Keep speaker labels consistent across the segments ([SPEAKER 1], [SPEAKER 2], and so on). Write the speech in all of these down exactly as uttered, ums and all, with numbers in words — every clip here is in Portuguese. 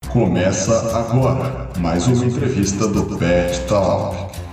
[SPEAKER 1] Começa agora mais uma entrevista do Pet Talk.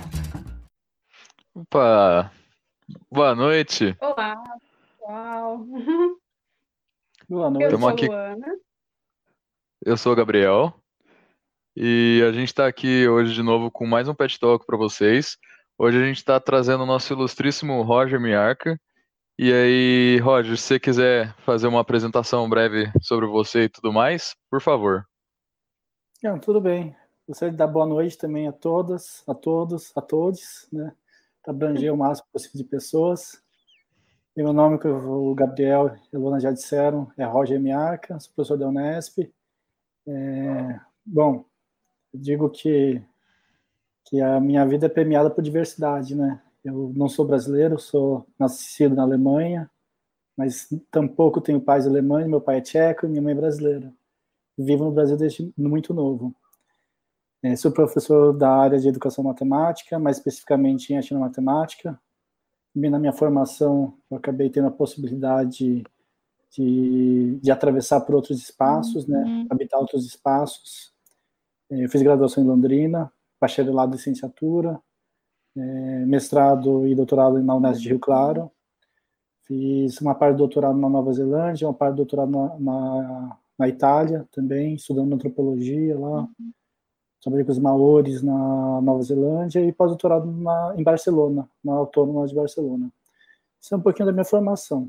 [SPEAKER 2] Opa, boa noite.
[SPEAKER 3] Olá, pessoal.
[SPEAKER 4] Boa
[SPEAKER 3] Eu
[SPEAKER 2] Estamos
[SPEAKER 3] sou a
[SPEAKER 4] noite.
[SPEAKER 2] aqui.
[SPEAKER 3] Luana.
[SPEAKER 2] Eu sou o Gabriel e a gente está aqui hoje de novo com mais um Pet Talk para vocês. Hoje a gente está trazendo o nosso ilustríssimo Roger Miarca. E aí, Roger, se você quiser fazer uma apresentação breve sobre você e tudo mais, por favor.
[SPEAKER 4] Não, tudo bem. Gostaria de dar boa noite também a todas, a todos, a todos, né? Para abranger o máximo possível de pessoas. Meu nome, que o Gabriel e a Luana já disseram, é Roger Miarca, sou professor da Unesp. É, bom, eu digo que, que a minha vida é premiada por diversidade, né? Eu não sou brasileiro, sou nascido na Alemanha, mas tampouco tenho pais alemães, meu pai é tcheco e minha mãe é brasileira. Vivo no Brasil desde muito novo. É, sou professor da área de educação matemática, mais especificamente em etnomatemática. Também na minha formação, eu acabei tendo a possibilidade de, de atravessar por outros espaços, né,
[SPEAKER 3] Uhum.
[SPEAKER 4] habitar outros espaços. É, eu fiz graduação em Londrina, bacharelado e licenciatura, é, mestrado e doutorado na Unesp de Rio Claro. Fiz uma parte do doutorado na Nova Zelândia, uma parte do doutorado na, na, na Itália também, estudando antropologia lá. Trabalhei com os maores na Nova Zelândia e pós-doutorado na, em Barcelona, na Autônoma de Barcelona. Isso é um pouquinho da minha formação.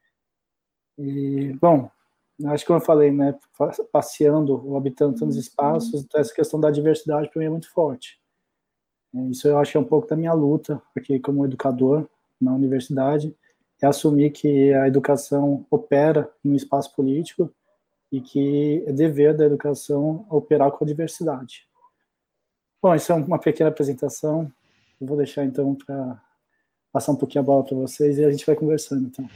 [SPEAKER 4] E, bom, acho que como eu falei, né, passeando ou habitando tantos espaços, então essa questão da diversidade para mim é muito forte. Isso eu acho que é um pouco da minha luta, porque como educador na universidade, é assumir que a educação opera em um espaço político e que é dever da educação operar com a diversidade. Bom, isso é uma pequena apresentação. Eu vou deixar, então, para passar um pouquinho a bola para vocês e a gente vai conversando, então.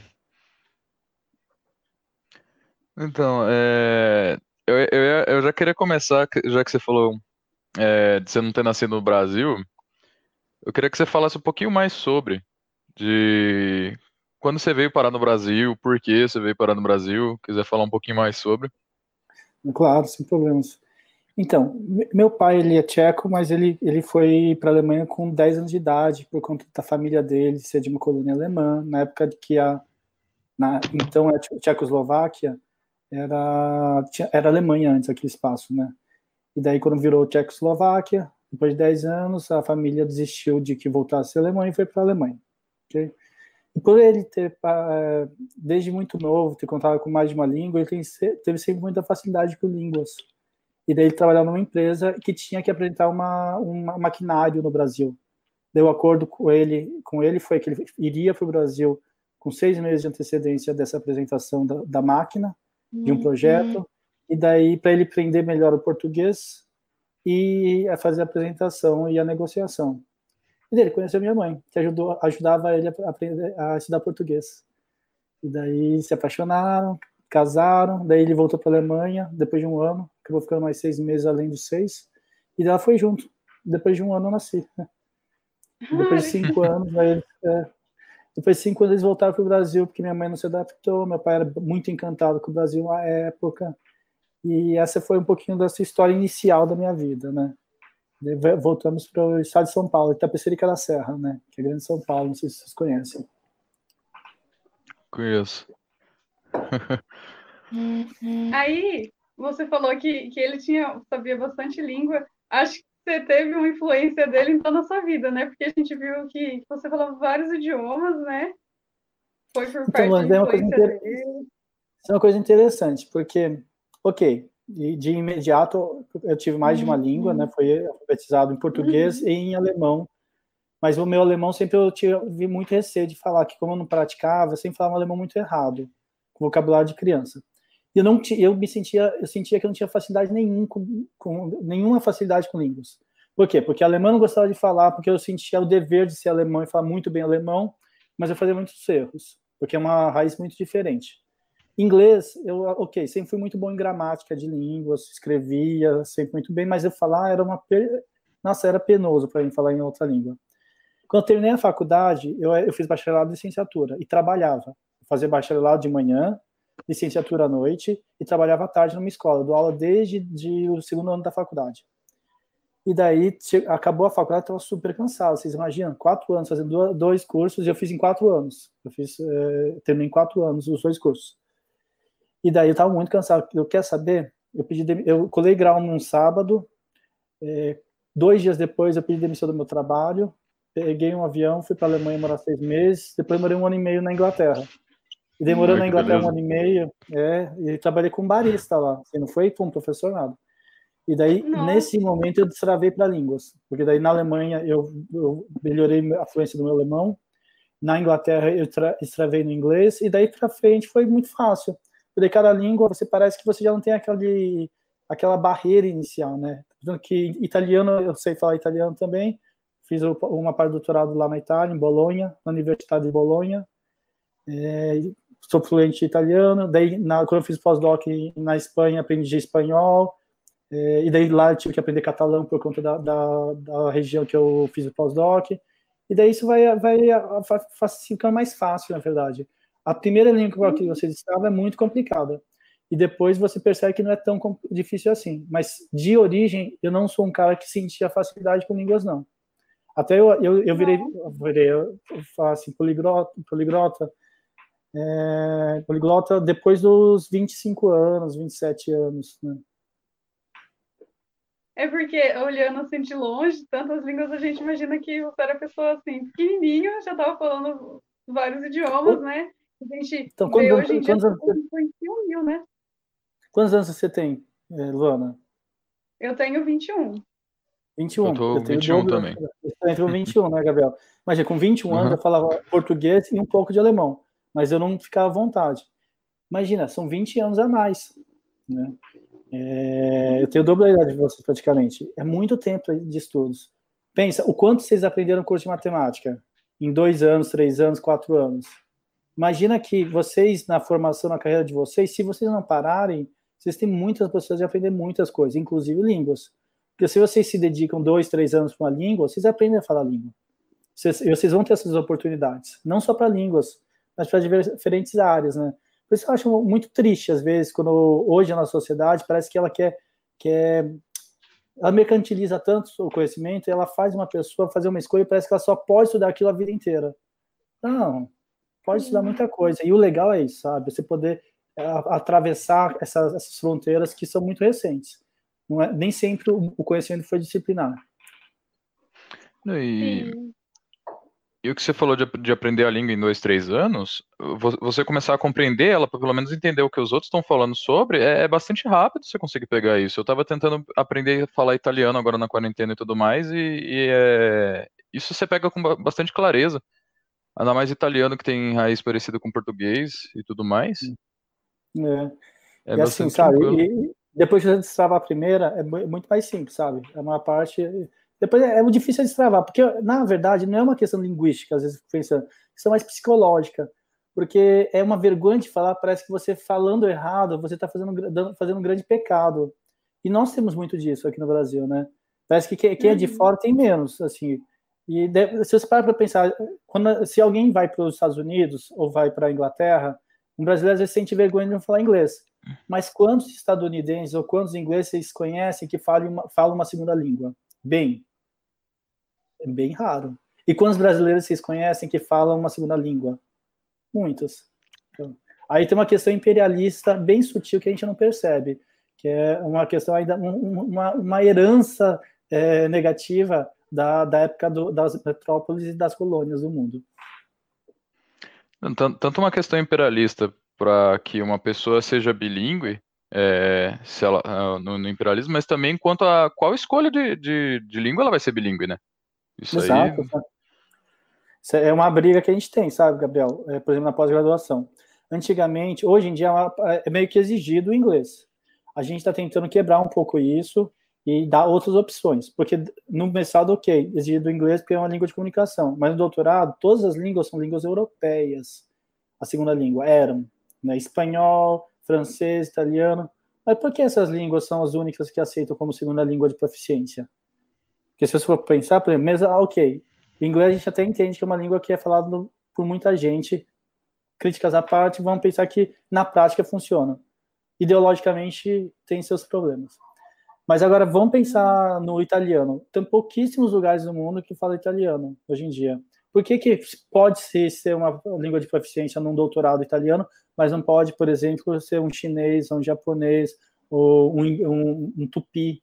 [SPEAKER 2] Então, é, eu, eu, ia- eu já queria começar, que- já que você falou é, de você não ter nascido no Brasil, eu queria que você falasse um pouquinho mais sobre. De quando você veio parar no Brasil, por que você veio parar no Brasil, quiser falar um pouquinho mais sobre.
[SPEAKER 4] Claro, sem problemas. Então, meu pai, ele é tcheco, mas ele, ele foi para a Alemanha com dez anos de idade, por conta da família dele ser de uma colônia alemã, na época de que a, na, então a Tchecoslováquia era, era Alemanha antes, aquele espaço, né? E daí, quando virou Tchecoslováquia, depois de dez anos, a família desistiu de que voltasse à Alemanha e foi para a Alemanha. Okay? E por ele ter, desde muito novo, ter contato com mais de uma língua, ele tem, teve sempre muita facilidade com línguas. E daí ele trabalhava numa empresa que tinha que apresentar uma, um maquinário no Brasil. Deu acordo com ele, com ele foi que ele iria para o Brasil com seis meses de antecedência dessa apresentação da, da máquina, de um projeto, uhum. E daí para ele aprender melhor o português e a fazer a apresentação e a negociação. E daí ele conheceu minha mãe, que ajudou, ajudava ele a, aprender, a estudar português. E daí se apaixonaram, casaram, daí ele voltou para a Alemanha, depois de um ano, acabou ficando mais seis meses além dos seis, e ela foi junto. Depois de um ano eu nasci. Depois de cinco anos, aí, é, depois de cinco anos eles voltaram para o Brasil, porque minha mãe não se adaptou, meu pai era muito encantado com o Brasil na época, e essa foi um pouquinho dessa história inicial da minha vida, né? Voltamos para o estado de São Paulo, Itapecerica da Serra, né? Que é grande São Paulo, não sei se vocês conhecem.
[SPEAKER 2] Conheço.
[SPEAKER 3] Aí, você falou que, que ele tinha, sabia bastante língua. Acho que você teve uma influência dele então na sua vida, né? Porque a gente viu que você falou vários idiomas, né? Foi por
[SPEAKER 4] Então,
[SPEAKER 3] parte
[SPEAKER 4] mas
[SPEAKER 3] de
[SPEAKER 4] é uma coisa
[SPEAKER 3] influência
[SPEAKER 4] inter...
[SPEAKER 3] dele.
[SPEAKER 4] Isso é uma coisa interessante, porque, ok, de, de imediato eu tive mais de uma
[SPEAKER 3] Uhum.
[SPEAKER 4] língua, né? Fui alfabetizado em português
[SPEAKER 3] Uhum.
[SPEAKER 4] e em alemão, mas o meu alemão sempre eu tive muito receio de falar, que como eu não praticava, eu sempre falava um alemão muito errado, com vocabulário de criança. E eu não eu me sentia, eu sentia que eu não tinha facilidade nenhum com, com nenhuma facilidade com línguas. Por quê? Porque alemão eu não gostava de falar, porque eu sentia o dever de ser alemão e falar muito bem alemão, mas eu fazia muitos erros, porque é uma raiz muito diferente. Inglês, eu, ok, sempre fui muito bom em gramática de línguas, escrevia sempre muito bem, mas eu falar era uma, nossa, era penoso para mim falar em outra língua. Quando eu terminei a faculdade, eu, eu fiz bacharelado e licenciatura e trabalhava. Eu fazia bacharelado de manhã, licenciatura à noite e trabalhava à tarde numa escola. Dou aula desde de o segundo ano da faculdade. E daí, acabou a faculdade, estava super cansado. Vocês imaginam? Quatro anos fazendo dois cursos, e eu fiz em quatro anos. Eu fiz, é, terminei em quatro anos os dois cursos. E daí eu estava muito cansado. Eu quero saber, eu pedi, eu colei grau num sábado, é, dois dias depois eu pedi demissão do meu trabalho, peguei um avião, fui para a Alemanha morar seis meses, depois morei um ano e meio na Inglaterra. E demorando na Inglaterra beleza. um ano e meio, é, e trabalhei com barista lá, assim, não foi com um professor, nada. E daí, Nossa. nesse momento, eu destravei para línguas, porque daí na Alemanha eu, eu melhorei a fluência do meu alemão, na Inglaterra eu destravei no inglês, e daí para frente foi muito fácil. Porque cada língua, você parece que você já não tem aquele, aquela barreira inicial, né? Que italiano, eu sei falar italiano também, fiz uma parte do doutorado lá na Itália, em Bolonha, na Universidade de Bolonha, é, sou fluente em italiano, daí na, quando eu fiz pós-doc na Espanha, aprendi espanhol, é, e daí lá eu tive que aprender catalão por conta da, da, da região que eu fiz o pós-doc, e daí isso vai, vai, vai ficando mais fácil, na verdade. A primeira língua que você destrava é muito complicada. E depois você percebe que não é tão difícil assim. Mas, de origem, eu não sou um cara que sentia facilidade com línguas, não. Até eu, eu, eu virei, eu virei eu faço assim, poliglota, poliglota, é, poliglota depois dos vinte e cinco anos, vinte e sete anos, né?
[SPEAKER 3] É porque, olhando assim de longe, tantas línguas, a gente imagina que você era pessoa assim, pequenininho, já estava falando vários idiomas, né? A gente
[SPEAKER 4] então,
[SPEAKER 3] vê
[SPEAKER 4] quando,
[SPEAKER 3] hoje em dia
[SPEAKER 4] anos,
[SPEAKER 3] vinte e um mil, né?
[SPEAKER 4] Quantos anos você tem, Luana?
[SPEAKER 3] Eu tenho vinte e um.
[SPEAKER 4] vinte e um.
[SPEAKER 2] Eu tô
[SPEAKER 4] eu tenho
[SPEAKER 2] vinte e um
[SPEAKER 4] dobro,
[SPEAKER 2] também.
[SPEAKER 4] Você entrou vinte e um, né, Gabriel? Imagina, com vinte e um
[SPEAKER 2] Uhum.
[SPEAKER 4] anos eu falava português e um pouco de alemão, mas eu não ficava à vontade. Imagina, são vinte anos a mais, né? É, eu tenho o dobro da idade de vocês, praticamente. É muito tempo de estudos. Pensa, o quanto vocês aprenderam no curso de matemática? Em dois anos, três anos, quatro anos. Imagina que vocês, na formação, na carreira de vocês, se vocês não pararem, vocês têm muitas possibilidades de aprender muitas coisas, inclusive línguas. Porque se vocês se dedicam dois, três anos para uma língua, vocês aprendem a falar língua. Vocês, vocês vão ter essas oportunidades. Não só para línguas, mas para diferentes áreas, né? Por isso eu acho muito triste, às vezes, quando hoje na sociedade parece que ela quer, quer ela mercantiliza tanto o conhecimento e ela faz uma pessoa fazer uma escolha e parece que ela só pode estudar aquilo a vida inteira. Não, pode estudar muita coisa. E o legal é isso, sabe? Você poder a, atravessar essas, essas fronteiras que são muito recentes. Não é, nem sempre o, o conhecimento foi disciplinar.
[SPEAKER 2] E... Sim. E o que você falou de, de aprender a língua em dois, três anos, você começar a compreender ela, para pelo menos entender o que os outros estão falando sobre, é, é bastante rápido você conseguir pegar isso. Eu estava tentando aprender a falar italiano agora na quarentena e tudo mais, e, e é, isso você pega com bastante clareza. Ainda mais italiano que tem raiz parecida com português e tudo mais.
[SPEAKER 4] É, é e assim, sabe, e depois que você destravar a primeira, é muito mais simples, sabe? É uma parte... Depois é, é difícil de destravar, porque, na verdade, não é uma questão linguística, às vezes eu fico pensando, questão mais psicológica, porque é uma vergonha de falar, parece que você falando errado, você está fazendo, fazendo um grande pecado. E nós temos muito disso aqui no Brasil, né? Parece que quem, quem é de fora tem menos, assim. E deve, se você parar para pensar, quando, se alguém vai para os Estados Unidos ou vai para a Inglaterra, um brasileiro às vezes sente vergonha de não falar inglês. Mas quantos estadunidenses ou quantos ingleses vocês conhecem que falam uma, falam uma segunda língua? Bem, é bem raro. E quantos brasileiros vocês conhecem que falam uma segunda língua? Muitos. Então, aí tem uma questão imperialista bem sutil que a gente não percebe, que é uma questão ainda, uma, uma herança é, negativa da, da época do, das metrópoles e das colônias do mundo.
[SPEAKER 2] Tanto uma questão imperialista para que uma pessoa seja bilíngue, é, se ela, no, no imperialismo, mas também quanto a qual escolha de, de, de língua ela vai ser bilíngue, né? Isso
[SPEAKER 4] Exato.
[SPEAKER 2] aí...
[SPEAKER 4] Isso é uma briga que a gente tem, sabe, Gabriel? É, por exemplo, na pós-graduação. Antigamente, hoje em dia, é meio que exigido o inglês. A gente está tentando quebrar um pouco isso e dar outras opções. Porque no mestrado, ok, exigido o inglês porque é uma língua de comunicação. Mas no doutorado, todas as línguas são línguas europeias. A segunda língua eram, né, espanhol, francês, italiano. Mas por que essas línguas são as únicas que aceitam como segunda língua de proficiência? Porque se você for pensar, por exemplo, mesmo, ah, ok, inglês a gente até entende que é uma língua que é falada por muita gente críticas à parte, vamos pensar que na prática funciona. Ideologicamente tem seus problemas. Mas agora vamos pensar no italiano. Tem pouquíssimos lugares no mundo que falam italiano hoje em dia. Por que que pode ser, ser uma língua de proficiência num doutorado italiano, mas não pode, por exemplo, ser um chinês, um japonês, ou um, um, um tupi?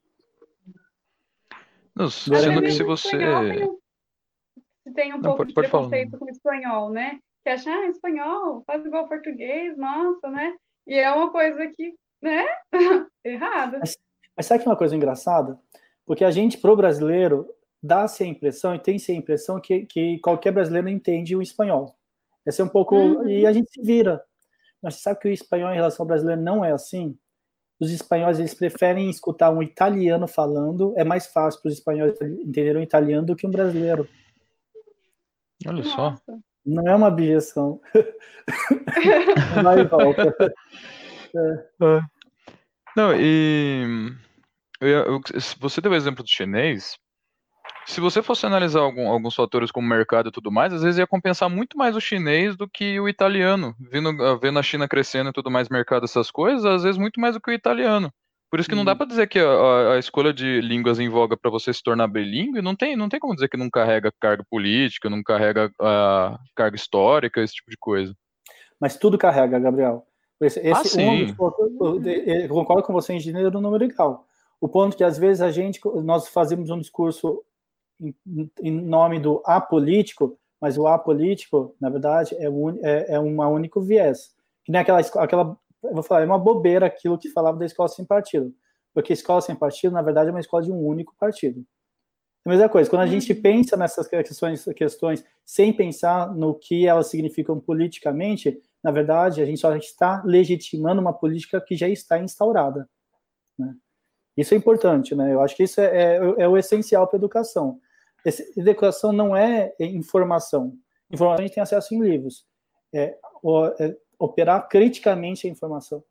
[SPEAKER 2] Não,
[SPEAKER 3] Até
[SPEAKER 2] sendo que
[SPEAKER 3] mesmo
[SPEAKER 2] se
[SPEAKER 3] o espanhol tem
[SPEAKER 2] você.
[SPEAKER 3] um, tem um
[SPEAKER 2] Não,
[SPEAKER 3] pouco
[SPEAKER 2] pode,
[SPEAKER 3] de
[SPEAKER 2] pode falar.
[SPEAKER 3] preconceito com o espanhol, né? Que acha, ah, espanhol, faz igual português, nossa, né? E é uma coisa que, né? Errada.
[SPEAKER 4] Mas, mas sabe que é uma coisa engraçada? Porque a gente, pro brasileiro, dá-se a impressão, e tem-se a impressão que, que qualquer brasileiro entende o espanhol. Esse é um pouco...
[SPEAKER 3] Uhum.
[SPEAKER 4] E a gente se vira. Mas sabe que o espanhol em relação ao brasileiro não é assim? Os espanhóis, eles preferem escutar um italiano falando, é mais fácil para os espanhóis entenderem o italiano do que um brasileiro.
[SPEAKER 2] Olha só.
[SPEAKER 3] Nossa.
[SPEAKER 4] Não é uma objeção. Vai e volta.
[SPEAKER 2] É. Não, e eu ia- eu- se você deu o exemplo do chinês. Se você fosse analisar algum- alguns fatores como mercado e tudo mais, às vezes ia compensar muito mais o chinês do que o italiano. Vendo, ah, vendo a China crescendo e tudo mais, mercado, essas coisas, às vezes muito mais do que o italiano. Por isso que não dá
[SPEAKER 4] Hum.
[SPEAKER 2] pra dizer que a, a- a escolha de línguas em voga para você se tornar bilíngue, não tem, não tem como dizer que não carrega carga política, não carrega ah, carga histórica, esse tipo de coisa.
[SPEAKER 4] Mas tudo carrega, Gabriel. Esse,
[SPEAKER 2] Ah,
[SPEAKER 4] esse um dos
[SPEAKER 2] sim.
[SPEAKER 4] pontos- eu- eu concordo com você em gênero no número legal. O ponto que às vezes a gente, nós fazemos um discurso em, em nome do apolítico, mas o apolítico, na verdade, é um é, é um único viés. Que nem aquela, aquela, eu vou falar, é uma bobeira aquilo que falava da escola sem partido. Porque escola sem partido, na verdade, é uma escola de um único partido. A mesma coisa, quando a gente pensa nessas questões, questões sem pensar no que elas significam politicamente, na verdade, a gente só está legitimando uma política que já está instaurada, né? Isso é importante, né? Eu acho que isso é, é, é o essencial para a educação. Esse, educação não é informação. Informação a gente tem acesso em livros. É, o, é operar criticamente a informação.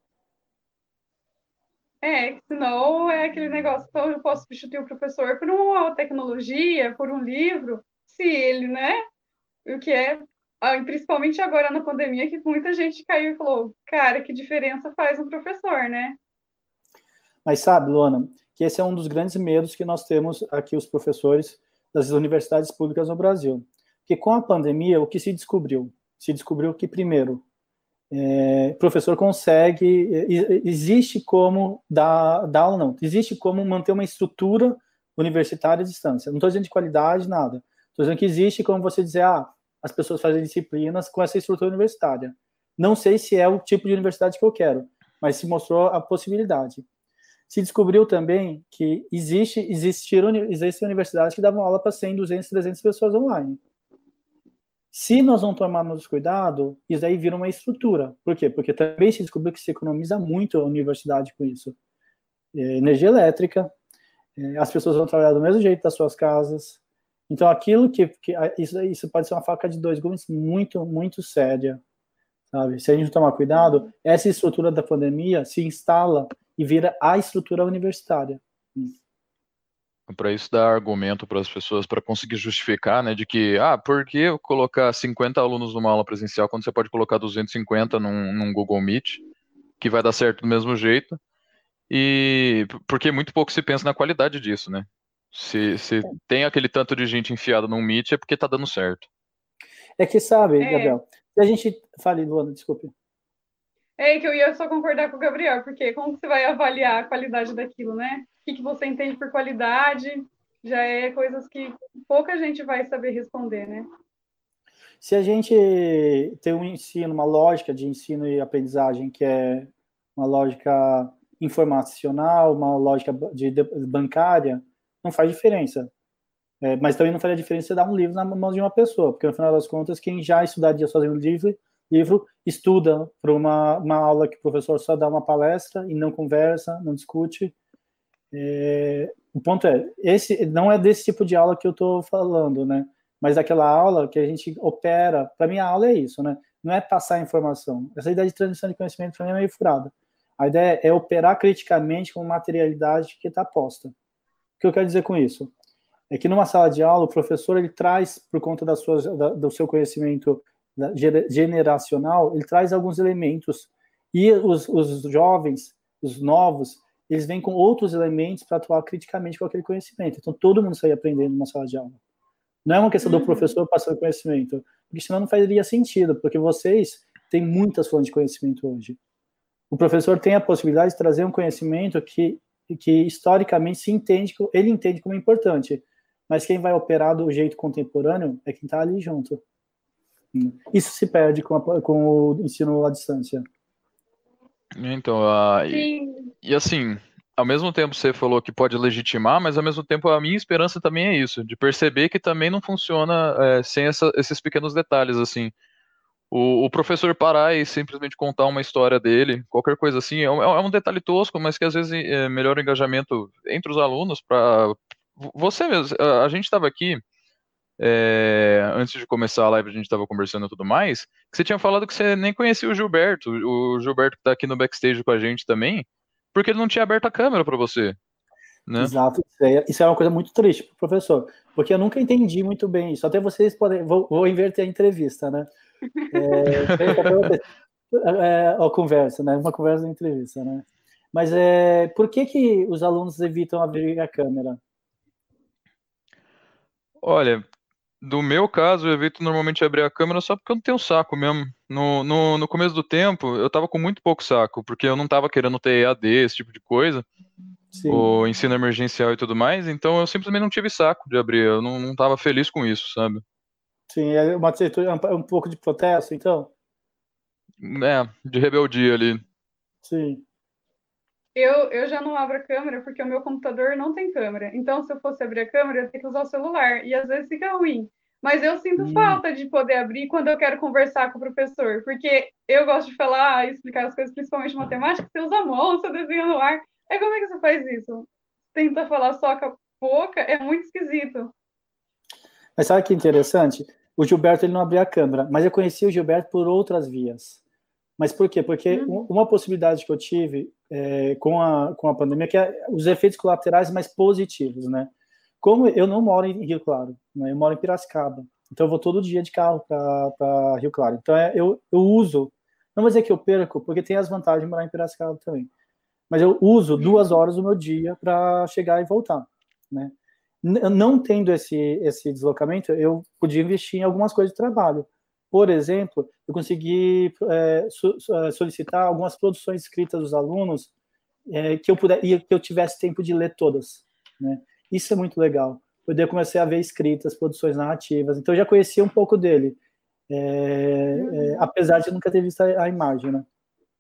[SPEAKER 3] É, senão é aquele negócio, então eu posso substituir o professor por uma tecnologia, por um livro, se ele, né? O que é, ah, principalmente agora na pandemia, que muita gente caiu e falou, cara, que diferença faz um professor, né?
[SPEAKER 4] Mas sabe, Luana, que esse é um dos grandes medos que nós temos aqui, os professores das universidades públicas no Brasil. Porque com a pandemia, o que se descobriu? Se descobriu que, primeiro, é, o professor consegue, existe como dar, dar aula, não, existe como manter uma estrutura universitária à distância. Não estou dizendo de qualidade, nada. Estou dizendo que existe como você dizer, ah, as pessoas fazem disciplinas com essa estrutura universitária. Não sei se é o tipo de universidade que eu quero, mas se mostrou a possibilidade. Se descobriu também que existe, existiram, existem universidades que davam aula para cem, duzentas, trezentas pessoas online. Se nós não tomarmos cuidado, isso aí vira uma estrutura. Por quê? Porque também se descobriu que se economiza muito a universidade com isso. É, energia elétrica, é, as pessoas vão trabalhar do mesmo jeito das suas casas. Então, aquilo que... que isso, isso pode ser uma faca de dois gumes muito, muito séria. Sabe? Se a gente não tomar cuidado, essa estrutura da pandemia se instala e vira a estrutura universitária.
[SPEAKER 2] Para isso dar argumento para as pessoas para conseguir justificar, né, de que, ah, por que eu colocar cinquenta alunos numa aula presencial quando você pode colocar duzentos e cinquenta num, num Google Meet, que vai dar certo do mesmo jeito, e porque muito pouco se pensa na qualidade disso, né? Se, se tem aquele tanto de gente enfiada num Meet é porque tá dando certo.
[SPEAKER 4] É que, sabe,
[SPEAKER 3] É.
[SPEAKER 4] Gabriel, se a gente... Fale, Luana, desculpe.
[SPEAKER 3] É que eu ia só concordar com o Gabriel, porque como você vai avaliar a qualidade daquilo, né? O que, que você entende por qualidade, já é coisas que pouca gente vai saber responder, né?
[SPEAKER 4] Se a gente tem um ensino, uma lógica de ensino e aprendizagem que é uma lógica informacional, uma lógica de, de bancária, não faz diferença. É, mas também não faria diferença dar um livro na mão de uma pessoa, porque no final das contas, quem já estudaria sozinho um livro, livro estuda para uma, uma aula que o professor só dá uma palestra e não conversa, não discute. É, o ponto é, esse não é desse tipo de aula que eu estou falando, né? Mas aquela aula que a gente opera, para mim a aula é isso, né? Não é passar informação. Essa ideia de transmissão de conhecimento para mim é meio furada. A ideia é operar criticamente com materialidade que está posta. O que eu quero dizer com isso? É que numa sala de aula, o professor ele traz, por conta das suas, da, do seu conhecimento generacional, ele traz alguns elementos, e os, os jovens, os novos, eles vêm com outros elementos para atuar criticamente com aquele conhecimento. Então, todo mundo sai aprendendo na sala de aula. Não é uma questão uhum. do professor passando conhecimento, porque senão não faria sentido, porque vocês têm muitas fontes de conhecimento hoje. O professor tem a possibilidade de trazer um conhecimento que, que historicamente se entende, ele entende como importante, mas quem vai operar do jeito contemporâneo é quem está ali junto. Isso se perde com, a, com o ensino à distância.
[SPEAKER 2] Então, uh, e, e assim, ao mesmo tempo você falou que pode legitimar, mas ao mesmo tempo a minha esperança também é isso, de perceber que também não funciona é, sem essa, esses pequenos detalhes, assim. O, o professor parar e simplesmente contar uma história dele, qualquer coisa assim, é um, é um detalhe tosco, mas que às vezes é, melhora o engajamento entre os alunos para... Você mesmo, a, a gente estava aqui, é, antes de começar a live a gente estava conversando e tudo mais, que você tinha falado que você nem conhecia o Gilberto, o Gilberto que está aqui no backstage com a gente também, porque ele não tinha aberto a câmera para você, né?
[SPEAKER 4] Exato, isso é, isso é uma coisa muito triste pro professor, porque eu nunca entendi muito bem isso, até vocês podem, vou, vou inverter a entrevista, né? É, é, a conversa, né? Uma conversa de entrevista, né? Mas é, por que que os alunos evitam abrir a câmera?
[SPEAKER 2] Olha, do meu caso, eu evito normalmente abrir a câmera só porque eu não tenho saco mesmo. No, no, no começo do tempo, eu tava com muito pouco saco, porque eu não tava querendo ter E A D, esse tipo de coisa,
[SPEAKER 4] Sim.
[SPEAKER 2] o ensino emergencial e tudo mais, então eu simplesmente não tive saco de abrir, eu não, não tava feliz com isso, sabe?
[SPEAKER 4] Sim, é uma atitude, um, um pouco de protesto, então?
[SPEAKER 2] É, de rebeldia ali.
[SPEAKER 4] Sim.
[SPEAKER 3] Eu, eu já não abro a câmera porque o meu computador não tem câmera. Então, se eu fosse abrir a câmera, eu ia ter que usar o celular. E às vezes fica ruim. Mas eu sinto hum. falta de poder abrir quando eu quero conversar com o professor. Porque eu gosto de falar e explicar as coisas, principalmente matemática. Você usa a mão, você desenha no ar. Aí como é que você faz isso? Tenta falar só com a boca, é muito esquisito.
[SPEAKER 4] Mas sabe que interessante? O Gilberto ele não abria a câmera, mas eu conheci o Gilberto por outras vias. Mas por quê? Porque hum. uma possibilidade que eu tive é, com, a, com a pandemia, que é os efeitos colaterais mais positivos, né? Como eu não moro em Rio Claro, né? Eu moro em Piracicaba, então eu vou todo dia de carro para Rio Claro. Então é, eu, eu uso, não vou dizer que eu perco, porque tem as vantagens de morar em Piracicaba também, mas eu uso duas horas do meu dia para chegar e voltar, né? Não tendo esse, esse deslocamento, eu podia investir em algumas coisas de trabalho. Por exemplo, eu consegui é, solicitar algumas produções escritas dos alunos é, que eu puder, e que eu tivesse tempo de ler todas, né? Isso é muito legal. Eu comecei a ver escritas, produções narrativas, então eu já conhecia um pouco dele, é, é, apesar de nunca ter visto a, a imagem, né?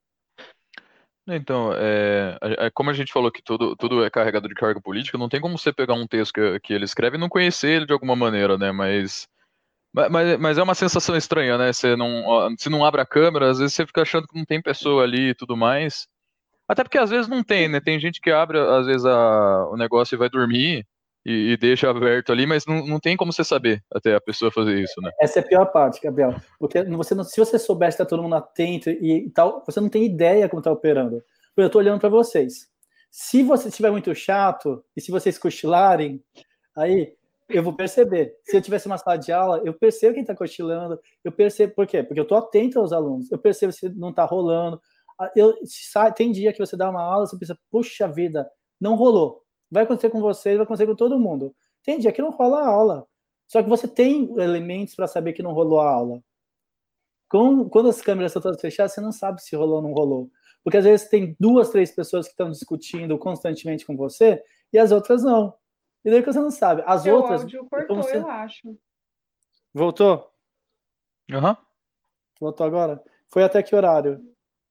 [SPEAKER 2] Então, é, é, como a gente falou que tudo, tudo é carregado de carga política, não tem como você pegar um texto que, que ele escreve e não conhecer ele de alguma maneira, né? Mas, mas, mas é uma sensação estranha, né? Você não, se não abre a câmera, às vezes você fica achando que não tem pessoa ali e tudo mais. Até porque às vezes não tem, né? Tem gente que abre, às vezes, a, o negócio e vai dormir e, e deixa aberto ali, mas não, não tem como você saber até a pessoa fazer isso, né?
[SPEAKER 4] Essa é a pior parte, Gabriel. Porque você não, se você soubesse que tá todo mundo atento e, e tal, você não tem ideia como tá operando. Eu tô olhando para vocês. Se você estiver muito chato e se vocês cochilarem, aí eu vou perceber. Se eu tivesse uma sala de aula, eu percebo quem tá cochilando, eu percebo, por quê? Porque eu tô atento aos alunos, eu percebo se não tá rolando. Eu, tem dia que você dá uma aula, você pensa, puxa vida, não rolou. Vai acontecer com vocês, vai acontecer com todo mundo. Tem dia que não rola a aula. Só que você tem elementos para saber que não rolou a aula. Com, quando as câmeras estão todas fechadas, você não sabe se rolou ou não rolou. Porque às vezes tem duas, três pessoas que estão discutindo constantemente com você e as outras não. E daí você não sabe. As
[SPEAKER 3] Seu
[SPEAKER 4] outras...
[SPEAKER 3] áudio cortou, você... eu acho.
[SPEAKER 4] Voltou?
[SPEAKER 2] Aham. Uhum.
[SPEAKER 4] Voltou agora? Foi até que horário?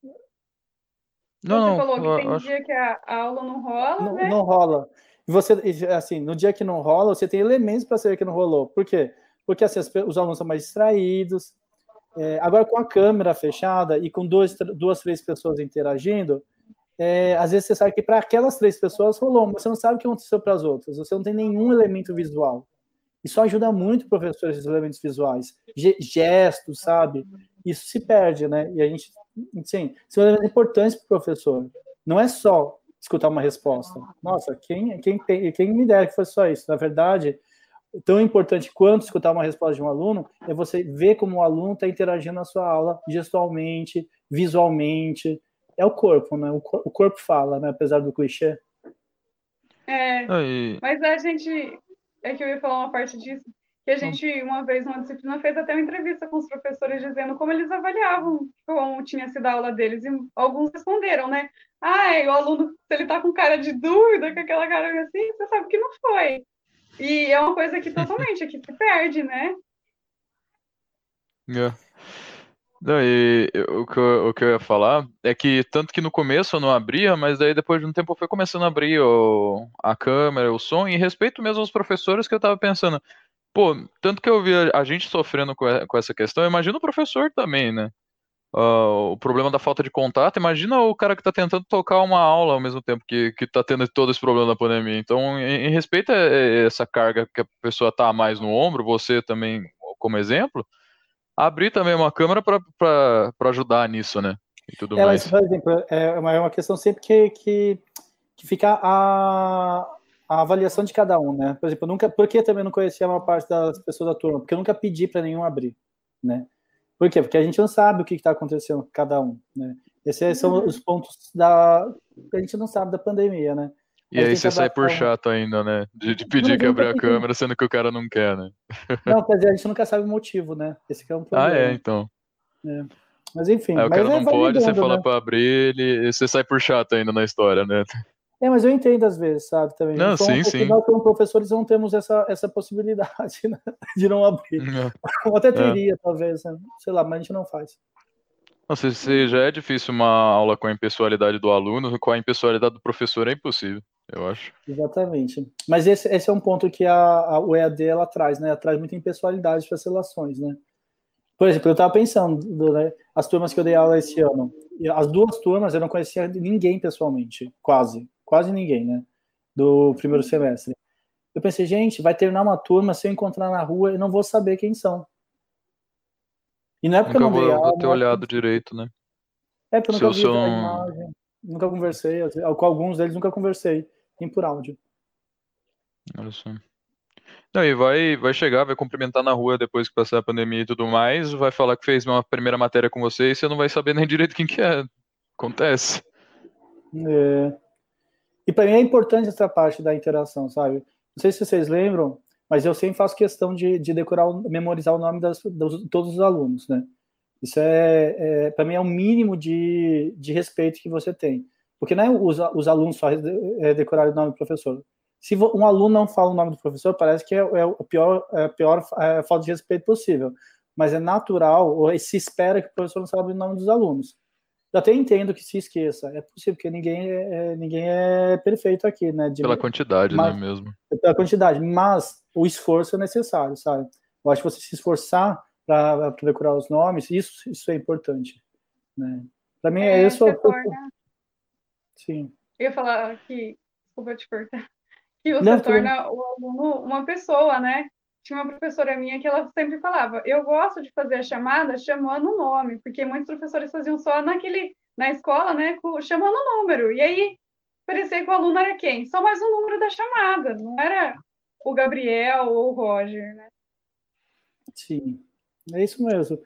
[SPEAKER 2] Não,
[SPEAKER 3] você
[SPEAKER 2] não,
[SPEAKER 3] falou que tem
[SPEAKER 2] acho...
[SPEAKER 3] dia que a aula não rola,
[SPEAKER 4] não,
[SPEAKER 3] né?
[SPEAKER 4] Não rola. E você, assim, no dia que não rola, você tem elementos para saber que não rolou. Por quê? Porque assim, os alunos são mais distraídos. É, agora, com a câmera fechada e com dois, duas, três pessoas interagindo, é, às vezes você sabe que para aquelas três pessoas rolou, mas você não sabe o que aconteceu para as outras. Você não tem nenhum elemento visual. Isso ajuda muito professores, esses elementos visuais. Gestos, sabe? Isso se perde, né? E a gente, sim, são elementos importantes para o professor. Não é só escutar uma resposta. Nossa, quem, quem, quem me dera que fosse só isso? Na verdade, tão importante quanto escutar uma resposta de um aluno é você ver como o aluno está interagindo na sua aula, gestualmente, visualmente. É o corpo, né? O, cor- o corpo fala, né? Apesar do clichê.
[SPEAKER 3] É,
[SPEAKER 2] Aí,
[SPEAKER 3] mas a gente. É que eu ia falar uma parte disso, que a gente, uma vez, numa disciplina, fez até uma entrevista com os professores dizendo como eles avaliavam como tinha sido a aula deles. E alguns responderam, né? Ah, o aluno, se ele tá com cara de dúvida, com aquela cara assim, você sabe que não foi. E é uma coisa que totalmente aqui se perde, né?
[SPEAKER 2] é. Daí, eu- o que eu, o que eu ia falar é que tanto que no começo eu não abria, mas daí depois de um tempo eu fui começando a abrir o, a câmera, o som, e respeito mesmo aos professores que eu tava pensando, pô, tanto que eu vi a, a gente sofrendo com, e- com essa questão, imagina o professor também, né? Ah, o problema da falta de contato, imagina o cara que tá tentando tocar uma aula ao mesmo tempo que, que tá tendo todo esse problema da pandemia. Então, em, em respeito a a essa carga que a pessoa tá mais no ombro, você também como exemplo, abrir também uma câmera para ajudar nisso, né? E tudo
[SPEAKER 4] É, mas,
[SPEAKER 2] mais.
[SPEAKER 4] por exemplo, é uma, é uma questão sempre que, que, que fica a, a avaliação de cada um, né? Por exemplo, eu nunca, por que também não conhecia uma parte das pessoas da turma? Porque eu nunca pedi para nenhum abrir, né? Por quê? Porque a gente não sabe o que está acontecendo com cada um, né? Esses são os pontos da que a gente não sabe da pandemia, né?
[SPEAKER 2] E
[SPEAKER 4] A gente
[SPEAKER 2] aí
[SPEAKER 4] tem que
[SPEAKER 2] você sai por
[SPEAKER 4] abraçar um...
[SPEAKER 2] chato ainda, né? De, de
[SPEAKER 4] Não,
[SPEAKER 2] pedir
[SPEAKER 4] mas
[SPEAKER 2] que
[SPEAKER 4] eu nunca
[SPEAKER 2] abrir a
[SPEAKER 4] pedi.
[SPEAKER 2] câmera, sendo que o cara não quer, né?
[SPEAKER 4] Não, quer dizer, a gente nunca sabe o motivo, né? Esse que é um
[SPEAKER 2] Ah, é,
[SPEAKER 4] problema.
[SPEAKER 2] então.
[SPEAKER 4] É. Mas enfim,
[SPEAKER 2] Aí o
[SPEAKER 4] mas
[SPEAKER 2] cara
[SPEAKER 4] é,
[SPEAKER 2] não
[SPEAKER 4] vai
[SPEAKER 2] pode, você
[SPEAKER 4] lidando,
[SPEAKER 2] fala
[SPEAKER 4] né?
[SPEAKER 2] pra abrir, ele, você sai por chato ainda na história, né?
[SPEAKER 4] É, mas eu entendo às vezes, sabe, também.
[SPEAKER 2] Não,
[SPEAKER 4] Só um
[SPEAKER 2] sim,
[SPEAKER 4] pouco,
[SPEAKER 2] sim.
[SPEAKER 4] nós como professores não temos essa, essa possibilidade, né, de não abrir. Ou até
[SPEAKER 2] É.
[SPEAKER 4] teria, talvez, né? Sei lá, mas a gente não faz.
[SPEAKER 2] Nossa, se já é difícil uma aula com a impessoalidade do aluno, com a impessoalidade do professor é impossível, eu acho.
[SPEAKER 4] Exatamente. Mas esse, esse é um ponto que a, a, o E A D ela traz, né? Ela traz muita impessoalidade para as relações, né? Por exemplo, eu estava pensando, né, as turmas que eu dei aula esse ano, as duas turmas eu não conhecia ninguém pessoalmente, quase, quase ninguém, né? Do primeiro semestre. Eu pensei, gente, vai terminar uma turma, se eu encontrar na rua, eu não vou saber quem são. E não é porque eu
[SPEAKER 2] Nunca
[SPEAKER 4] não dei
[SPEAKER 2] vou, vou
[SPEAKER 4] aula,
[SPEAKER 2] ter
[SPEAKER 4] não é porque,
[SPEAKER 2] olhado direito, né?
[SPEAKER 4] é porque eu
[SPEAKER 2] Se
[SPEAKER 4] nunca
[SPEAKER 2] eu
[SPEAKER 4] vi
[SPEAKER 2] sou
[SPEAKER 4] a
[SPEAKER 2] um.
[SPEAKER 4] imagem, nunca conversei, com alguns deles nunca conversei, nem por áudio.
[SPEAKER 2] Olha só. Não, e vai, vai chegar, vai cumprimentar na rua depois que passar a pandemia e tudo mais, vai falar que fez uma primeira matéria com você e você não vai saber nem direito quem que é. Acontece.
[SPEAKER 4] É. E para mim é importante essa parte da interação, sabe? Não sei se vocês lembram, mas eu sempre faço questão de, de decorar, memorizar o nome das, dos, todos os alunos, né? Isso é, é para mim é o mínimo de, de respeito que você tem. Porque não é os, os alunos só é, decorarem o nome do professor. Se um aluno não fala o nome do professor, parece que é, é o pior, é a pior é, falta de respeito possível. Mas é natural, ou se espera que o professor não saiba o nome dos alunos. Eu até entendo que se esqueça, é possível, porque ninguém é, ninguém é perfeito aqui, né? De,
[SPEAKER 2] Pela quantidade, né,
[SPEAKER 4] mas,
[SPEAKER 2] mesmo.
[SPEAKER 4] pela quantidade, mas o esforço é necessário, sabe? Eu acho que você se esforçar para decorar os nomes, isso, isso é importante, né? Para mim é
[SPEAKER 3] É,
[SPEAKER 4] isso.
[SPEAKER 3] você torna.
[SPEAKER 4] Sim.
[SPEAKER 3] Eu ia falar que. Desculpa te cortar. Que você
[SPEAKER 4] Não, tudo bem.
[SPEAKER 3] torna o aluno uma pessoa, né? Tinha uma professora minha que ela sempre falava: eu gosto de fazer a chamada chamando o nome, porque muitos professores faziam só naquele, na escola, né, com- chamando o número. E aí parecia que o aluno era quem? Só mais um número da chamada, não era o Gabriel ou o Roger, né?
[SPEAKER 4] Sim, é isso mesmo.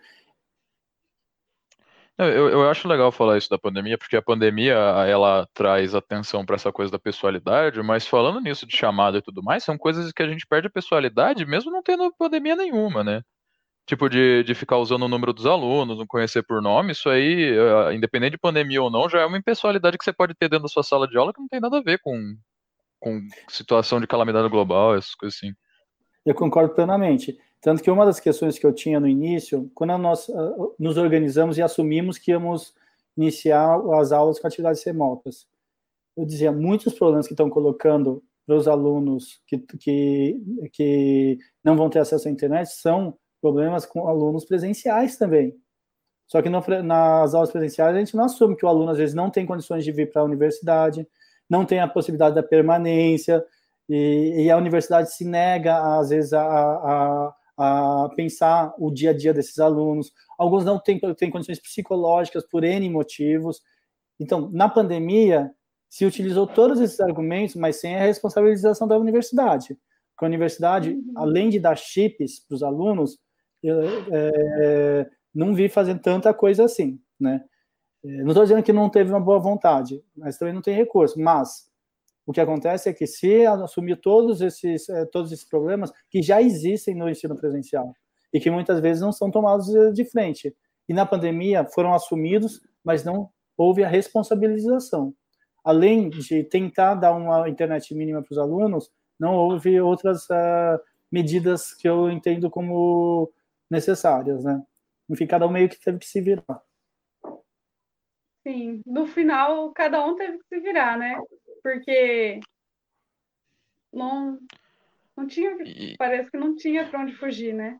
[SPEAKER 2] Eu, eu acho legal falar isso da pandemia, porque a pandemia, ela traz atenção para essa coisa da pessoalidade, mas falando nisso de chamada e tudo mais, são coisas que a gente perde a pessoalidade, mesmo não tendo pandemia nenhuma, né? Tipo, de, de ficar usando o número dos alunos, não conhecer por nome, isso aí, eh, independente de pandemia ou não, já é uma impessoalidade que você pode ter dentro da sua sala de aula que não tem nada a ver com, com situação de calamidade global, essas coisas assim.
[SPEAKER 4] Eu concordo plenamente. Tanto que uma das questões que eu tinha no início, quando nós uh, nos organizamos e assumimos que íamos iniciar as aulas com atividades remotas, eu dizia, muitos problemas que estão colocando para os alunos que, que, que não vão ter acesso à internet são problemas com alunos presenciais também. Só que no, nas aulas presenciais a gente não assume que o aluno às vezes não tem condições de vir para a universidade, não tem a possibilidade da permanência, e, e a universidade se nega, às vezes, a, a, a pensar o dia a dia desses alunos. Alguns não têm, têm condições psicológicas por N motivos. Então, na pandemia, se utilizou todos esses argumentos, mas sem a responsabilização da universidade. Porque a universidade,
[SPEAKER 3] Uhum.
[SPEAKER 4] além de dar chips para os alunos, eu, é, não vi fazendo tanta coisa assim, né? Não estou dizendo que não teve uma boa vontade, mas também não tem recurso. Mas o que acontece é que se assumir todos esses, todos esses problemas que já existem no ensino presencial e que muitas vezes não são tomados de frente. E na pandemia foram assumidos, mas não houve a responsabilização. Além de tentar dar uma internet mínima para os alunos, não houve outras uh, medidas que eu entendo como necessárias, né? Enfim, cada um meio que teve que se virar.
[SPEAKER 3] Sim, no final, cada um teve que se virar, né? Porque não, não tinha,
[SPEAKER 2] E,
[SPEAKER 3] parece que não tinha para onde fugir, né?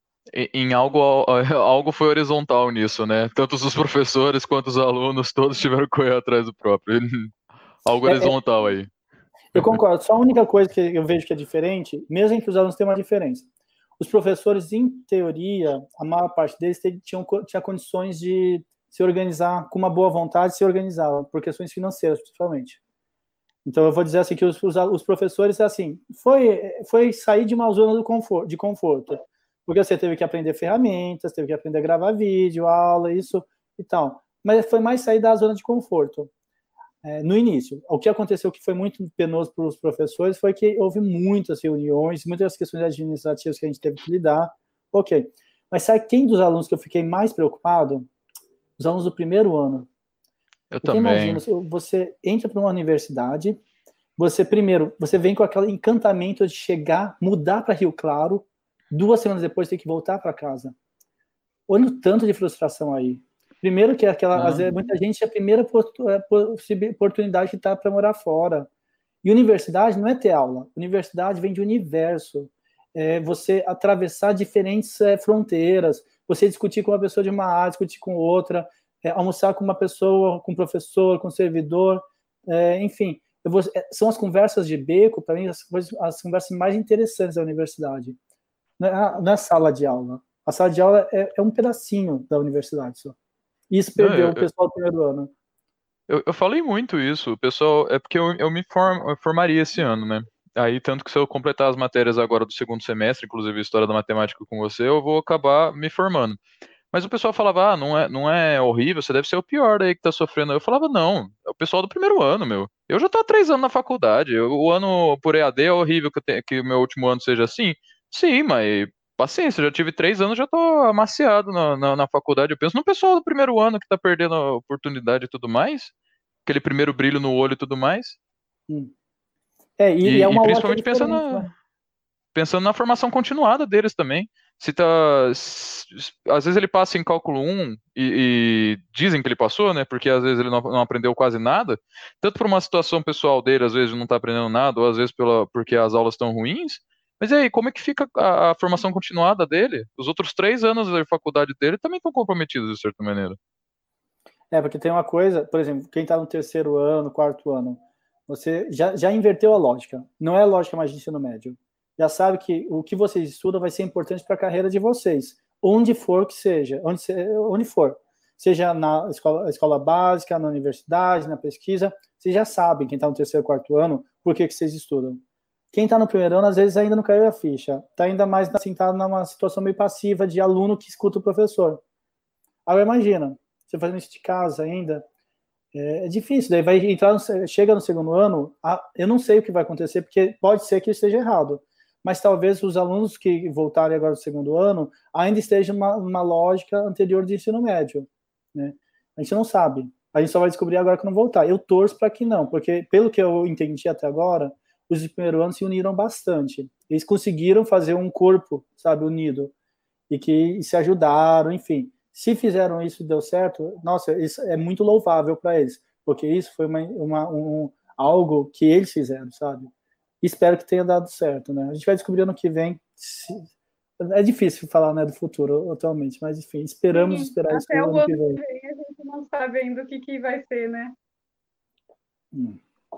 [SPEAKER 2] e- em algo, algo foi horizontal nisso, né? Tanto os professores quanto os alunos, todos tiveram que correr atrás do próprio. Algo
[SPEAKER 4] É, é,
[SPEAKER 2] horizontal aí.
[SPEAKER 4] eu concordo. Só a única coisa que eu vejo que é diferente, mesmo que os alunos tenham uma diferença. Os professores, em teoria, a maior parte deles tinham, tinha condições de se organizar com uma boa vontade, se organizavam, por questões financeiras, principalmente. Então, eu vou dizer assim, que os, os, os professores, assim, foi, foi sair de uma zona do conforto, de conforto, porque você teve que aprender ferramentas, teve que aprender a gravar vídeo, aula, isso e tal. Mas foi mais sair da zona de conforto. É, no início, o que aconteceu que foi muito penoso para os professores foi que houve muitas reuniões, muitas questões administrativas que a gente teve que lidar. Ok. Mas sabe quem dos alunos que eu fiquei mais preocupado? Os alunos do primeiro ano.
[SPEAKER 2] Eu
[SPEAKER 4] Porque
[SPEAKER 2] também.
[SPEAKER 4] imagina, você entra para uma universidade, você primeiro, você vem com aquele encantamento de chegar, mudar para Rio Claro, duas semanas depois ter que voltar para casa. Olha o tanto de frustração aí. Primeiro que aquela, às vezes, muita gente é a primeira oportunidade que está para morar fora. E universidade não é ter aula. Universidade vem de universo. É você atravessar diferentes é, fronteiras, você discutir com uma pessoa de uma área, discutir com outra, é, almoçar com uma pessoa, com um professor, com um servidor, é, enfim. Eu vou, é, são as conversas de beco, para mim, as, as conversas mais interessantes da universidade. Não é, não é sala de aula. A sala de aula é, é um pedacinho da universidade só. Isso perdeu
[SPEAKER 2] Não, eu,
[SPEAKER 4] o pessoal do primeiro ano.
[SPEAKER 2] eu, eu falei muito isso, o pessoal, é porque eu, eu me form, eu formaria esse ano, né? Aí, tanto que se eu completar as matérias agora do segundo semestre, inclusive História da Matemática com você, eu vou acabar me formando. Mas o pessoal falava, ah, não é, não é horrível, você deve ser o pior daí que tá sofrendo. Eu falava, não, é o pessoal do primeiro ano, meu. Eu já tô há três anos na faculdade, eu- o ano por E A D é horrível que, eu tenho, que o meu último ano seja assim. Sim, mas paciência, eu já tive três anos, já tô amaciado na, na, na faculdade. Eu penso no pessoal do primeiro ano que tá perdendo a oportunidade e tudo mais, aquele primeiro brilho no olho e tudo mais.
[SPEAKER 4] Hum. É, e, e é
[SPEAKER 2] E, e
[SPEAKER 4] uma lógica
[SPEAKER 2] principalmente pensando
[SPEAKER 4] diferente, né?
[SPEAKER 2] na, pensando na formação continuada deles também. Se tá, s- s- às vezes ele passa em cálculo um e, e dizem que ele passou, né? Porque às vezes ele não, não aprendeu quase nada, tanto por uma situação pessoal dele, às vezes não tá aprendendo nada, ou às vezes pela, porque as aulas estão ruins. Mas e aí, como é que fica a, a formação continuada dele? Os outros três anos da faculdade dele também estão comprometidos, de certa maneira.
[SPEAKER 4] É, porque tem uma coisa, por exemplo, quem está no terceiro ano, quarto ano, você já, já inverteu a lógica. Não é a lógica mais de ensino médio. Já sabe que o que vocês estudam vai ser importante para a carreira de vocês, onde for que seja, onde, onde for. Seja na escola, escola básica, na universidade, na pesquisa, vocês já sabem, quem está no terceiro, quarto ano, por que, que vocês estudam. Quem está no primeiro ano, às vezes, ainda não caiu a ficha. Está ainda mais assim, tá numa situação meio passiva de aluno que escuta o professor. Agora, imagina, você fazendo isso de casa ainda, é, é difícil. Daí vai entrar, no, chega no segundo ano, a, eu não sei o que vai acontecer, porque pode ser que esteja errado. Mas talvez os alunos que voltarem agora no segundo ano ainda estejam numa, numa lógica anterior de ensino médio. Né? A gente não sabe. A gente só vai descobrir agora que não voltar. Eu torço para que não, porque pelo que eu entendi até agora, os de primeiro ano se uniram bastante. Eles conseguiram fazer um corpo, sabe, unido. E que se ajudaram, enfim. Se fizeram isso e deu certo, nossa, isso é muito louvável para eles, porque isso foi uma, uma, um, algo que eles fizeram, sabe? E espero que tenha dado certo, né? A gente vai descobrir ano que vem. Se... É difícil falar, né, do futuro atualmente, mas enfim, esperamos
[SPEAKER 3] Sim,
[SPEAKER 4] esperar isso
[SPEAKER 3] até o
[SPEAKER 4] ano que
[SPEAKER 3] ano
[SPEAKER 4] vem.
[SPEAKER 3] que vem a gente não sabe ainda o que, que vai ser, né?
[SPEAKER 4] Hum.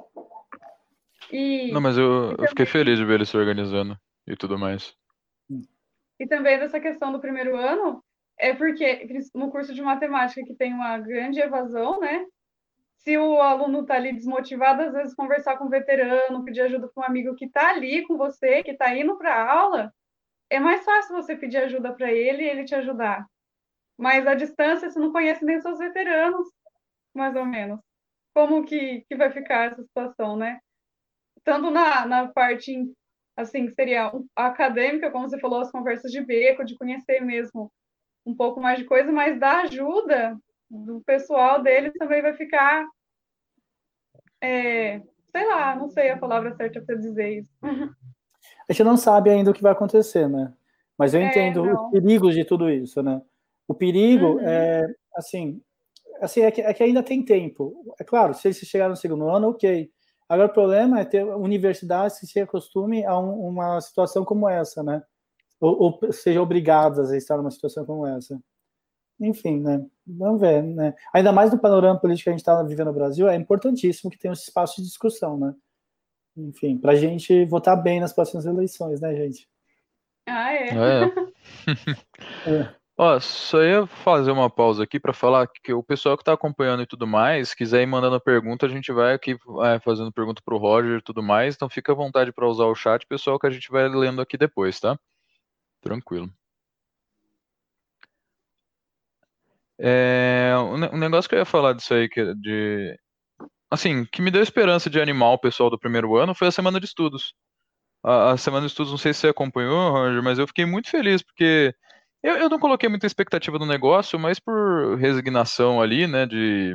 [SPEAKER 3] E,
[SPEAKER 2] Não, mas eu,
[SPEAKER 3] e,
[SPEAKER 2] eu fiquei
[SPEAKER 3] também,
[SPEAKER 2] feliz de ver ele se organizando e tudo mais.
[SPEAKER 3] e também dessa questão do primeiro ano, é porque no curso de matemática que tem uma grande evasão, né? se o aluno está ali desmotivado, às vezes conversar com um veterano, pedir ajuda para um amigo que está ali com você, que está indo para a aula, é mais fácil você pedir ajuda para ele e ele te ajudar. Mas à distância, você não conhece nem os seus veteranos, mais ou menos. Como que, que vai ficar essa situação, né? Tanto na, na parte, assim, que seria acadêmica, como você falou, as conversas de beco, de conhecer mesmo um pouco mais de coisa, mas da ajuda do pessoal deles também vai ficar, é, sei lá, não sei a palavra certa para dizer isso.
[SPEAKER 4] A gente não sabe ainda o que vai acontecer, né? Mas eu
[SPEAKER 3] É,
[SPEAKER 4] entendo os
[SPEAKER 3] não.
[SPEAKER 4] perigos de tudo isso, né? O perigo
[SPEAKER 3] Uhum.
[SPEAKER 4] é, assim, assim é, que, é que ainda tem tempo. É claro, se eles chegarem no segundo ano, ok. Agora o problema é ter universidades que se acostumem a um, uma situação como essa, né? Ou, ou sejam obrigadas a estar numa situação como essa. Enfim, né? Vamos ver, né? Ainda mais no panorama político que a gente está vivendo no Brasil, é importantíssimo que tenha esse espaço de discussão, né? Enfim, para a gente votar bem nas próximas eleições, né, gente?
[SPEAKER 3] Ah, é.
[SPEAKER 2] É.
[SPEAKER 4] É.
[SPEAKER 2] Ó, só ia fazer uma pausa aqui para falar que o pessoal que está acompanhando e tudo mais, quiser ir mandando pergunta, a gente vai aqui é, fazendo pergunta para o Roger e tudo mais, então fica à vontade para usar o chat, pessoal, que a gente vai lendo aqui depois, tá? Tranquilo. É, um ne- um negócio que eu ia falar disso aí, que, de, assim, que me deu esperança de animar o pessoal do primeiro ano foi a semana de estudos. A, a semana de estudos, não sei se você acompanhou, Roger, mas eu fiquei muito feliz, porque eu, eu não coloquei muita expectativa no negócio, mas por resignação ali, né, de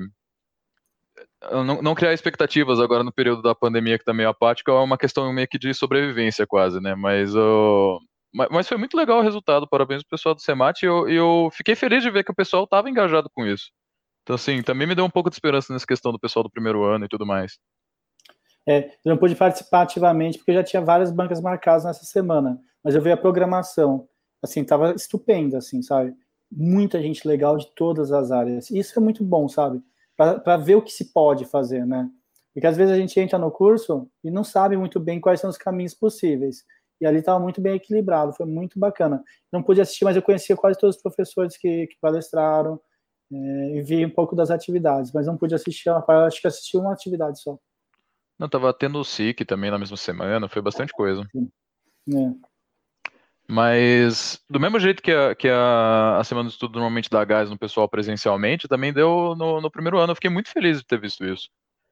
[SPEAKER 2] eu não, não criar expectativas agora no período da pandemia que tá meio apático, é uma questão meio que de sobrevivência quase, né, mas, ó, ma- mas foi muito legal o resultado, parabéns pro pessoal do Semate, e eu, e eu fiquei feliz de ver que o pessoal tava engajado com isso. Então, assim, também me deu um pouco de esperança nessa questão do pessoal do primeiro ano e tudo mais.
[SPEAKER 4] É, eu não pude participar ativamente porque eu já tinha várias bancas marcadas nessa semana, mas eu vi a programação, assim, tava estupenda, assim, sabe? Muita gente legal de todas as áreas. Isso é muito bom, sabe? Para ver o que se pode fazer, né? Porque às vezes a gente entra no curso e não sabe muito bem quais são os caminhos possíveis. E ali estava muito bem equilibrado, foi muito bacana. Não pude assistir, mas eu conhecia quase todos os professores que, que palestraram, é, e vi um pouco das atividades, mas não pude assistir, acho que assisti uma atividade só.
[SPEAKER 2] Não, tava tendo o S I C também na mesma semana, foi bastante coisa.
[SPEAKER 4] É.
[SPEAKER 2] Mas, do mesmo jeito que a, que a, a semana de estudo normalmente dá gás no pessoal presencialmente, também deu no, no primeiro ano. Eu fiquei muito feliz de ter visto isso.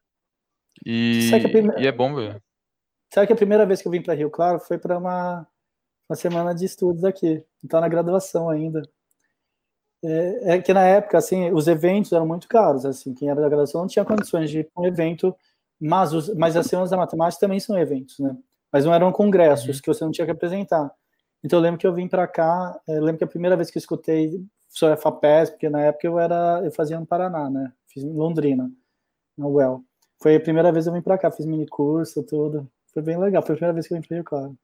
[SPEAKER 4] Sabe que, a
[SPEAKER 2] E, e
[SPEAKER 4] primeira,
[SPEAKER 2] é bom ver.
[SPEAKER 4] sabe que a primeira vez que eu vim para Rio Claro foi para uma, uma semana de estudos aqui, então na graduação ainda. É, é que na época, assim, os eventos eram muito caros, assim, quem era da graduação não tinha condições de ir para um evento, mas, os, mas as semanas da matemática também são eventos, né? Mas não eram congressos
[SPEAKER 2] Uhum.
[SPEAKER 4] que você não tinha que apresentar. Então eu lembro que eu vim para cá, eu lembro que a primeira vez que eu escutei sobre a FAPESP, porque na época eu era, eu fazia no Paraná, né? Fiz em Londrina, na U E L. Foi a primeira vez que eu vim para cá, fiz mini curso, tudo. Foi bem legal, foi a primeira vez que eu vim para Rio Claro.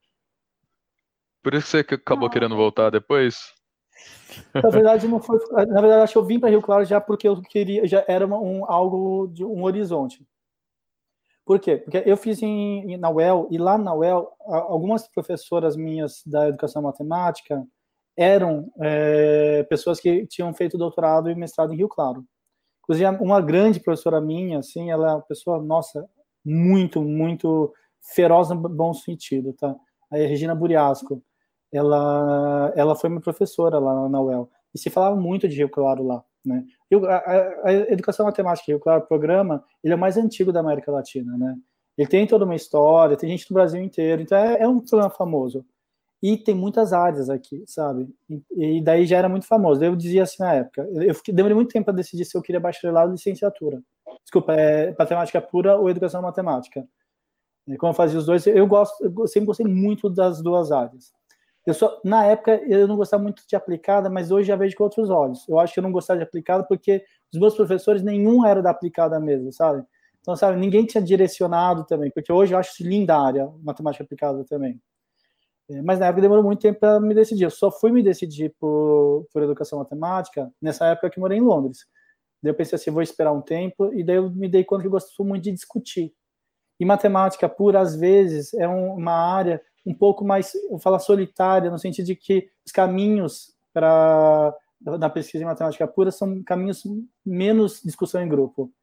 [SPEAKER 2] Por isso que você que acabou
[SPEAKER 3] Nossa.
[SPEAKER 2] querendo voltar depois?
[SPEAKER 4] Na verdade, não foi. Na verdade, acho que eu vim para Rio Claro já porque eu queria, já era uma, um, algo de um horizonte. Por quê? Porque eu fiz em, na U E L, e lá na U E L, algumas professoras minhas da educação matemática eram é, pessoas que tinham feito doutorado e mestrado em Rio Claro. Inclusive, uma grande professora minha, assim, ela é uma pessoa, nossa, muito, muito feroz no bom sentido, tá? A Regina Buriasco, ela, ela foi minha professora lá na U E L, e se falava muito de Rio Claro lá, né? Eu, a, a educação matemática Rio Claro, o programa, ele é o mais antigo da América Latina, né? Ele tem toda uma história, tem gente do Brasil inteiro, então é, é um programa famoso. E tem muitas áreas aqui, sabe? E, e daí já era muito famoso. Eu dizia assim na época, eu fiquei, demorei muito tempo para decidir se eu queria bacharelado ou licenciatura. Desculpa, é matemática pura ou educação matemática. E como eu fazia os dois, eu gosto, eu sempre gostei muito das duas áreas. Eu só, na época eu não gostava muito de aplicada, mas hoje já vejo com outros olhos. Eu acho que eu não gostava de aplicada porque os meus professores nenhum era da aplicada mesmo, sabe? Então, sabe, ninguém tinha direcionado também, porque hoje eu acho linda a área matemática aplicada também. Mas na época demorou muito tempo para me decidir. Eu só fui me decidir por, por educação matemática nessa época que eu morei em Londres. Daí eu pensei assim, vou esperar um tempo, e daí eu me dei conta que eu gosto muito de discutir. E matemática pura, às vezes, é um, uma área um pouco mais, eu falo solitária, no sentido de que os caminhos para na pesquisa em matemática pura são caminhos menos discussão em grupo.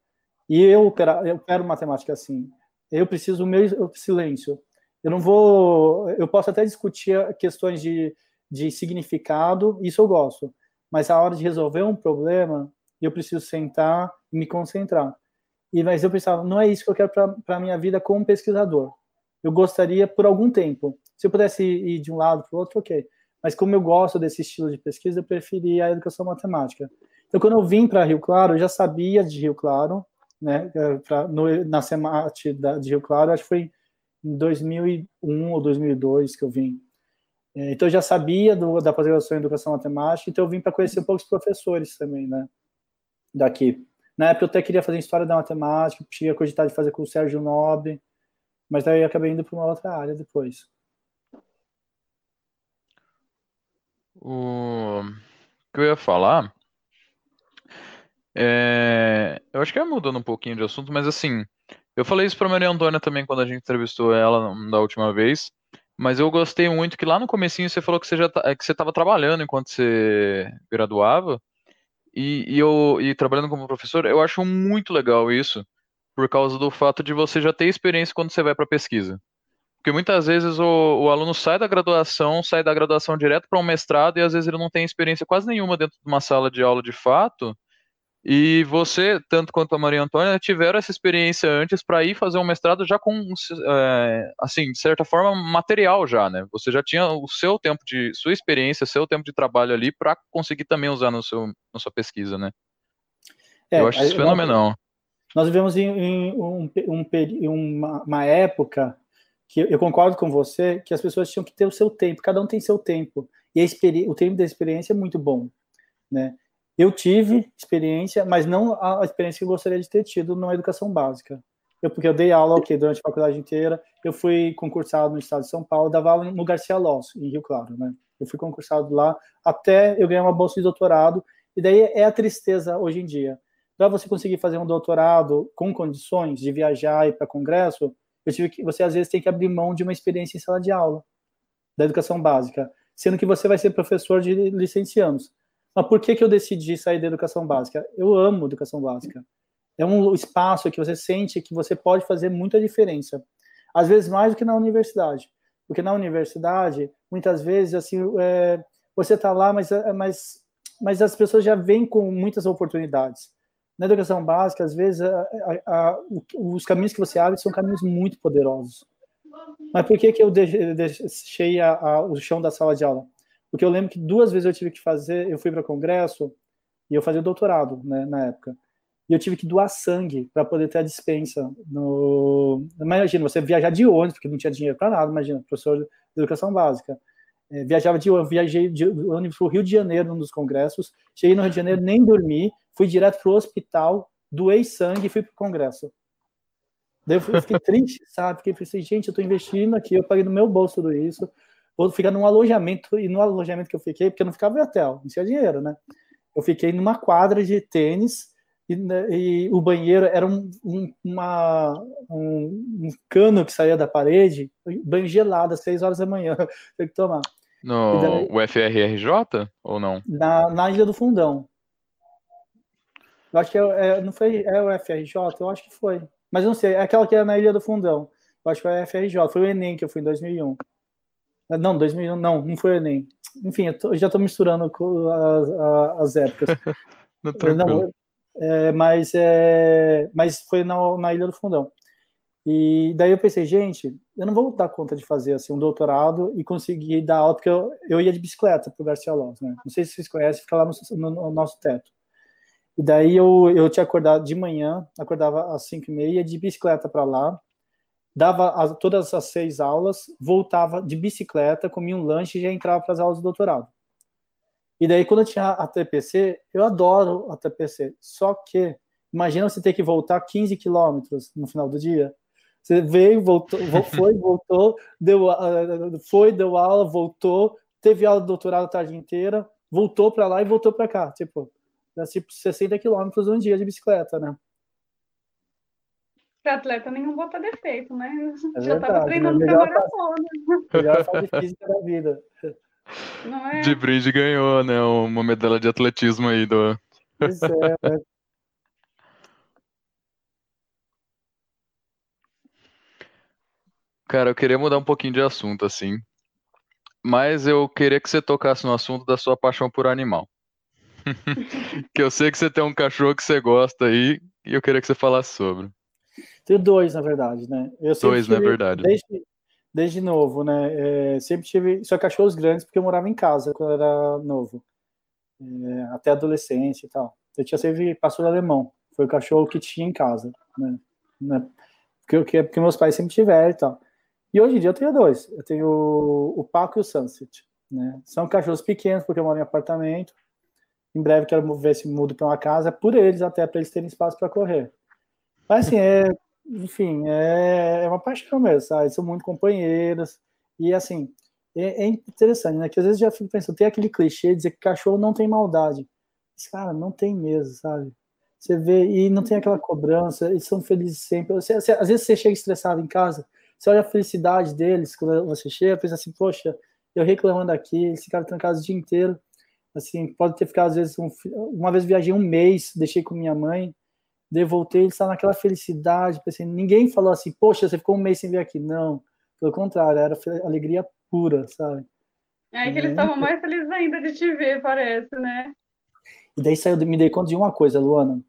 [SPEAKER 4] E eu, opera- eu quero matemática assim. Eu preciso do meu silêncio. Eu não vou. Eu posso até discutir questões de, de significado, isso eu gosto. Mas a hora de resolver um problema, eu preciso sentar e me concentrar. E, mas eu pensava, não é isso que eu quero para a minha vida como pesquisador. Eu gostaria por algum tempo. Se eu pudesse ir de um lado para o outro, ok. Mas como eu gosto desse estilo de pesquisa, eu preferi a educação matemática. Então, quando eu vim para Rio Claro, eu já sabia de Rio Claro, né? Pra, no, na SEMAT da, de Rio Claro, acho que foi em dois mil e um ou dois mil e dois que eu vim. Então, eu já sabia do, da pós-graduação em educação matemática, então eu vim para conhecer um pouco os professores também, né? Daqui. Na época, eu até queria fazer história da matemática, tinha cogitado de fazer com o Sérgio Nobre, mas daí eu acabei indo para uma outra área depois.
[SPEAKER 2] O que eu ia falar, é... eu acho que é mudando um pouquinho de assunto, mas assim, eu falei isso pra Maria Antônia também quando a gente entrevistou ela da última vez, mas eu gostei muito que lá no comecinho você falou que você já tá- que você estava trabalhando enquanto você graduava, e, e eu e trabalhando como professor, eu acho muito legal isso, por causa do fato de você já ter experiência quando você vai para pesquisa. Porque muitas vezes o, o aluno sai da graduação, sai da graduação direto para um mestrado e às vezes ele não tem experiência quase nenhuma dentro de uma sala de aula de fato. E você, tanto quanto a Maria Antônia, tiveram essa experiência antes para ir fazer um mestrado já com, é, assim, de certa forma, material já, né? Você já tinha o seu tempo de, sua experiência, seu tempo de trabalho ali para conseguir também usar no seu, na sua pesquisa, né? Eu acho isso
[SPEAKER 4] É, nós,
[SPEAKER 2] fenomenal.
[SPEAKER 4] nós vivemos em, em um, um, uma, uma época que eu concordo com você, que as pessoas tinham que ter o seu tempo, cada um tem seu tempo, e a o tempo da experiência é muito bom, né? Eu tive experiência, mas não a experiência que eu gostaria de ter tido na educação básica. Eu, porque eu dei aula okay, durante a faculdade inteira, eu fui concursado no estado de São Paulo, dava aula no Garcia Loss, em Rio Claro, né? Eu fui concursado lá até eu ganhar uma bolsa de doutorado, e daí é a tristeza hoje em dia. Para você conseguir fazer um doutorado com condições de viajar e ir para congresso, eu tive que, você às vezes tem que abrir mão de uma experiência em sala de aula, da educação básica, sendo que você vai ser professor de licenciados. Mas por que, que eu decidi sair da educação básica? Eu amo educação básica. É um espaço que você sente que você pode fazer muita diferença. Às vezes mais do que na universidade. Porque na universidade, muitas vezes, assim, é, você está lá, mas, mas, mas as pessoas já vêm com muitas oportunidades. Na educação básica, às vezes, a, a, a, os caminhos que você abre são caminhos muito poderosos. Mas por que, que eu deixei a, a, o chão da sala de aula? Porque eu lembro que duas vezes eu tive que fazer, eu fui para congresso e eu fazia doutorado, né, na época. E eu tive que doar sangue para poder ter a dispensa. No... Imagina, você viajar de ônibus, porque não tinha dinheiro para nada, imagina, professor de educação básica. É, viajava de ônibus, viajei de ônibus para o Rio de Janeiro, num dos congressos. Cheguei no Rio de Janeiro, nem dormi, fui direto para o hospital, doei sangue e fui para o congresso. Daí eu fiquei triste, sabe? Porque eu pensei, gente, eu estou investindo aqui, eu paguei no meu bolso tudo isso, vou ficar num alojamento, e no alojamento que eu fiquei, porque eu não ficava em hotel, não tinha dinheiro, né? Eu fiquei numa quadra de tênis, e, e o banheiro era um, um, uma, um, um cano que saía da parede, banho gelado, às seis horas da manhã, tem que tomar.
[SPEAKER 2] No
[SPEAKER 4] daí,
[SPEAKER 2] U F R R J ou não?
[SPEAKER 4] Na, na Ilha do Fundão. Eu acho que é, é, não foi, é o F R J? Eu acho que foi. Mas eu não sei, é aquela que é na Ilha do Fundão. Eu acho que foi a F R J, foi o Enem que eu fui em dois mil e um. Não, dois mil e um, não, não foi o Enem. Enfim, eu, tô, eu já estou misturando as, as épocas.
[SPEAKER 2] Não, tranquilo.
[SPEAKER 4] Não, é, mas, é, mas foi na, na Ilha do Fundão. E daí eu pensei, gente, eu não vou dar conta de fazer assim, um doutorado e conseguir dar aula, porque eu, eu ia de bicicleta para o Garcia Loss, né? Não sei se vocês conhecem, fica lá no, no, no nosso teto. E daí eu, eu tinha acordado de manhã, acordava às cinco e meia, de bicicleta para lá, dava a, todas as seis aulas, voltava de bicicleta, comia um lanche e já entrava para as aulas do doutorado. E daí, quando eu tinha a T P C, eu adoro a T P C, só que, imagina você ter que voltar quinze quilômetros no final do dia. Você veio, voltou, foi, voltou, deu, foi, deu aula, voltou, teve aula do doutorado a tarde inteira, voltou para lá e voltou para cá, tipo, tipo sessenta quilômetros um dia de bicicleta, né?
[SPEAKER 3] Para atleta nenhum bota defeito, né?
[SPEAKER 4] É
[SPEAKER 3] já estava treinando
[SPEAKER 4] né?
[SPEAKER 3] para maratona.
[SPEAKER 4] Melhor fase física da vida.
[SPEAKER 3] Não é?
[SPEAKER 2] De brinde ganhou, né? Uma medalha de atletismo aí do.
[SPEAKER 4] Pois é, né?
[SPEAKER 2] Cara, eu queria mudar um pouquinho de assunto, assim, mas eu queria que você tocasse no assunto da sua paixão por animal. Que eu sei que você tem um cachorro que você gosta aí, e eu queria que você falasse sobre.
[SPEAKER 4] Tenho dois, na verdade, né? Eu sempre
[SPEAKER 2] Dois, não é
[SPEAKER 4] tive,
[SPEAKER 2] verdade?
[SPEAKER 4] desde, desde novo, né? É, sempre tive só cachorros grandes, porque eu morava em casa quando eu era novo, é, até adolescência e tal. Eu tinha sempre pastor alemão, foi o cachorro que tinha em casa, né? né? Porque, porque, porque meus pais sempre tiveram e tal. E hoje em dia eu tenho dois. Eu tenho o, o Paco e o Sunset, né? São cachorros pequenos, porque eu moro em apartamento. Em breve quero ver se mudo para uma casa, por eles até, para eles terem espaço para correr. Mas assim, é, enfim, é, é uma paixão mesmo, sabe? Eles são muito companheiros. E assim, é, é interessante, né? Que às vezes eu já fico pensando, tem aquele clichê de dizer que cachorro não tem maldade. Mas, cara, não tem mesmo, sabe? Você vê, e não tem aquela cobrança, eles são felizes sempre. Você, você, às vezes você chega estressado em casa, você olha a felicidade deles quando você chega, pensa assim, poxa, eu reclamando aqui, eles ficaram trancados o dia inteiro. Assim, pode ter ficado, às vezes, um, uma vez viajei um mês, deixei com minha mãe, daí voltei, ele estava naquela felicidade, pensei, ninguém falou assim, poxa, você ficou um mês sem vir aqui. Não, pelo contrário, era alegria pura, sabe?
[SPEAKER 3] É que eles
[SPEAKER 4] É,
[SPEAKER 3] estavam mais felizes ainda de te ver, parece, né?
[SPEAKER 4] e daí saiu, me dei conta de uma coisa, Luana.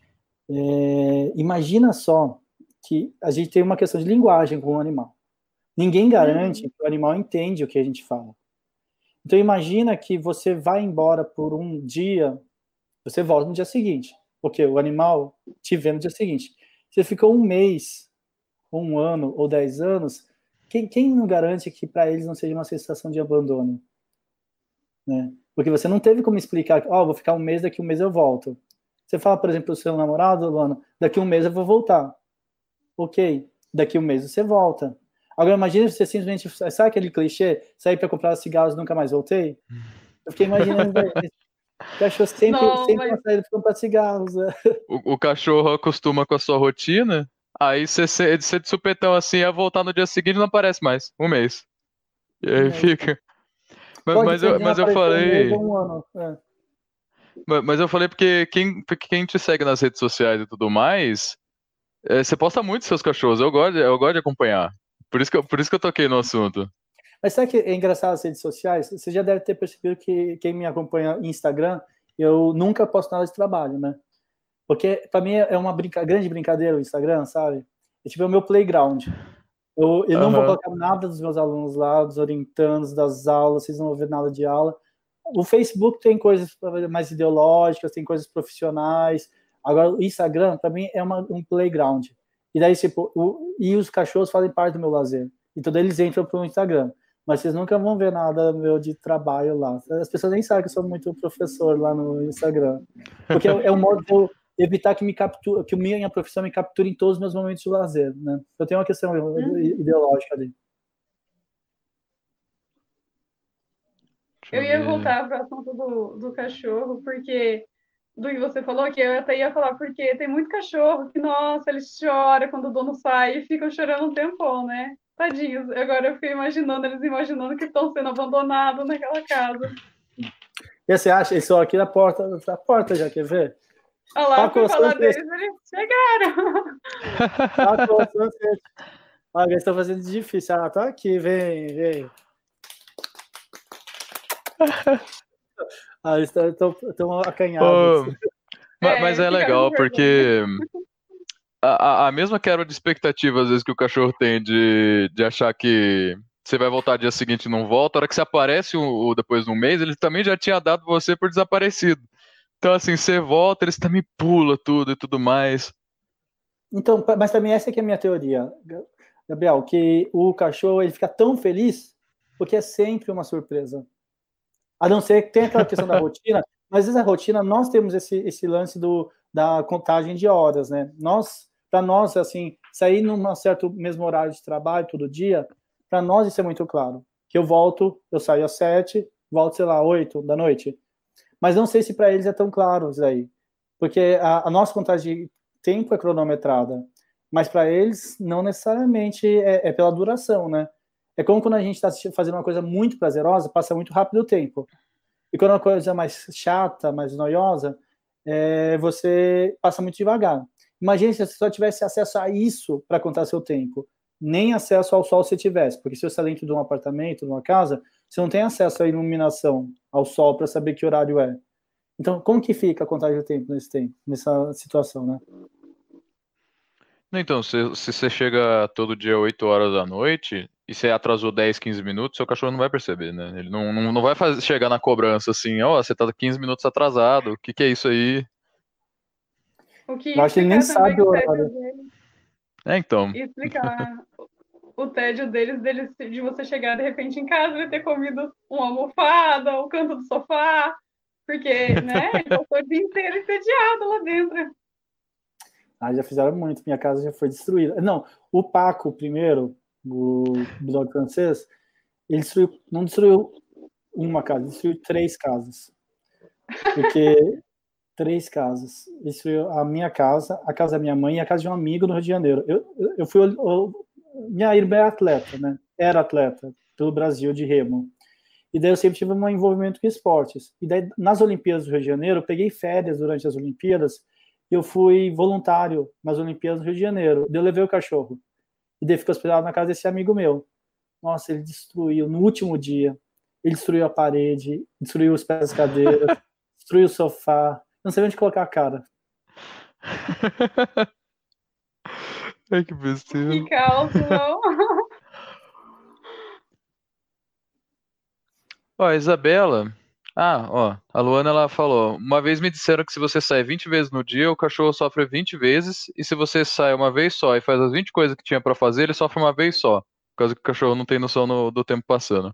[SPEAKER 4] É, imagina só que a gente tem uma questão de linguagem com o animal. Ninguém garante
[SPEAKER 3] Uhum.
[SPEAKER 4] que o animal entende o que a gente fala. Então imagina que você vai embora por um dia, você volta no dia seguinte, porque o animal te vê no dia seguinte. Você ficou um mês, ou um ano, ou dez anos, quem, quem não garante que para eles não seja uma sensação de abandono? Né? Porque você não teve como explicar, ó, oh, vou ficar um mês, daqui um mês eu volto. Você fala, por exemplo, pro seu namorado, Luana, daqui um mês eu vou voltar. Ok, daqui um mês você volta. Agora imagina você simplesmente, sabe aquele clichê, sair para comprar cigarros e nunca mais voltei? Eu fiquei imaginando, velho, cachorro sempre,
[SPEAKER 3] Não,
[SPEAKER 4] sempre uma
[SPEAKER 3] mas
[SPEAKER 4] saída para comprar cigarros. Né?
[SPEAKER 2] O, o cachorro acostuma com a sua rotina, aí você, você, você de supetão assim, ia voltar no dia seguinte e não aparece mais. Um mês. E
[SPEAKER 4] Um
[SPEAKER 2] aí
[SPEAKER 4] mês.
[SPEAKER 2] fica. Mas,
[SPEAKER 4] Pode
[SPEAKER 2] mas
[SPEAKER 4] ser
[SPEAKER 2] eu,
[SPEAKER 4] de não
[SPEAKER 2] mas eu
[SPEAKER 4] aparecer um mês ou
[SPEAKER 2] falei.
[SPEAKER 4] um ano. É.
[SPEAKER 2] Mas mas eu falei porque quem, porque quem te segue nas redes sociais e tudo mais, é, você posta muito seus cachorros. Eu gosto, de- eu gosto de acompanhar. Por isso que, eu- por isso que eu toquei no assunto.
[SPEAKER 4] Mas sabe que é engraçado as redes sociais? Você já deve ter percebido que quem me acompanha no Instagram, eu nunca posto nada de trabalho, né? Porque para mim é uma brinca... grande brincadeira o Instagram, sabe? É tipo é o meu playground. Eu, eu não vou
[SPEAKER 2] Aham.
[SPEAKER 4] colocar nada dos meus alunos lá, dos orientandos, das aulas, vocês não vão ver nada de aula. O Facebook tem coisas mais ideológicas, tem coisas profissionais. Agora, o Instagram, para mim, é uma, um playground. E daí, tipo, o, e os cachorros fazem parte do meu lazer. Então, eles entram para o Instagram. Mas vocês nunca vão ver nada meu de trabalho lá. As pessoas nem sabem que eu sou muito professor lá no Instagram. Porque é, é um modo de eu evitar que me capture, que minha profissão me capture em todos os meus momentos de lazer, né? Eu tenho uma questão
[SPEAKER 3] uhum.
[SPEAKER 4] ideológica ali.
[SPEAKER 2] Deixa
[SPEAKER 3] Eu
[SPEAKER 2] eu
[SPEAKER 3] ia
[SPEAKER 2] ver.
[SPEAKER 3] voltar para o assunto do, do cachorro, porque do que você falou, que eu até ia falar, porque tem muito cachorro que, nossa, eles choram quando o dono sai e ficam chorando um tempão, né? Tadinhos. Agora eu fiquei imaginando, eles imaginando que estão sendo abandonados naquela casa.
[SPEAKER 4] E você acha, isso aqui na porta, na porta já, quer ver?
[SPEAKER 3] Olha lá, eu fui
[SPEAKER 4] Paco
[SPEAKER 3] falar
[SPEAKER 4] Sanchez,
[SPEAKER 3] deles, eles chegaram.
[SPEAKER 4] Paco Sanchez. Olha, eles estão fazendo difícil. Ah, tá aqui, vem, vem. Ah, eles estão acanhados.
[SPEAKER 2] Pô, ma- mas
[SPEAKER 3] É,
[SPEAKER 2] é
[SPEAKER 3] ficaram com
[SPEAKER 2] legal,
[SPEAKER 3] vergonha.
[SPEAKER 2] porque a, a, a mesma quebra de expectativa, às vezes, que o cachorro tem de, de achar que você vai voltar dia seguinte e não volta, a hora que você aparece o, o- depois de um mês, ele também já tinha dado você por desaparecido. Então, assim, você volta, eles também pula tudo e tudo mais.
[SPEAKER 4] Então, mas também essa que é a minha teoria, Gabriel, que o cachorro ele fica tão feliz porque é sempre uma surpresa. A não ser que tenha aquela questão da rotina, mas às vezes a rotina, nós temos esse, esse lance do, da contagem de horas, né? Nós, para nós, assim, sair num certo mesmo horário de trabalho todo dia, para nós isso é muito claro. Que eu volto, eu saio às sete, volto, sei lá, oito da noite. Mas não sei se para eles é tão claro isso aí. Porque a, a nossa contagem de tempo é cronometrada, mas para eles não necessariamente é, é pela duração, né? É como quando a gente está fazendo uma coisa muito prazerosa, passa muito rápido o tempo. E quando é uma coisa mais chata, mais noiosa, é, você passa muito devagar. Imagine se você só tivesse acesso a isso para contar seu tempo. nem acesso ao sol se tivesse, porque se você está dentro de um apartamento, de uma casa, você não tem acesso à iluminação, ao sol, para saber que horário é. Então, como que fica a contagem do tempo nesse tempo, nessa situação, né?
[SPEAKER 2] Então, se, se você chega todo dia oito horas da noite e você atrasou dez, quinze minutos, seu cachorro não vai perceber, né? Ele não, não, não vai fazer, chegar na cobrança assim, ó, você tá quinze minutos atrasado, o que que é isso aí?
[SPEAKER 3] O que
[SPEAKER 4] Eu
[SPEAKER 3] ia
[SPEAKER 4] acho que ele nem
[SPEAKER 3] explicar também
[SPEAKER 4] sabe o
[SPEAKER 3] o tédio
[SPEAKER 4] horário.
[SPEAKER 3] deles.
[SPEAKER 2] É, então.
[SPEAKER 3] Ia explicar o tédio deles, deles, de você chegar de repente em casa e ter comido uma almofada, o canto do sofá, porque, né, ele passou o dia inteiro entediado lá dentro.
[SPEAKER 4] Ah, já fizeram muito, minha casa já foi destruída. Não, o Paco, primeiro, o bulldog francês, ele destruiu, não destruiu uma casa, ele destruiu três casas. Porque três casas. Ele destruiu a minha casa, a casa da minha mãe e a casa de um amigo no Rio de Janeiro. Eu, eu fui. Eu, minha irmã é atleta, né? Era atleta pelo Brasil de remo. E daí eu sempre tive um envolvimento com esportes. E daí, nas Olimpíadas do Rio de Janeiro, eu peguei férias durante as Olimpíadas e eu fui voluntário nas Olimpíadas do Rio de Janeiro. Daí eu levei o cachorro. E daí fiquei hospedado na casa desse amigo meu. Nossa, ele destruiu, no último dia, ele destruiu a parede, destruiu os pés das cadeiras, destruiu o sofá. Não sei onde colocar a cara.
[SPEAKER 2] Ai, que besteira.
[SPEAKER 3] Que caos, não?
[SPEAKER 2] Ó, a Isabela. Ah, ó, a Luana ela falou: uma vez me disseram que se você sai vinte vezes no dia, o cachorro sofre vinte vezes, e se você sai uma vez só e faz as vinte coisas que tinha pra fazer, ele sofre uma vez só. Por causa que o cachorro não tem noção no- do tempo passando.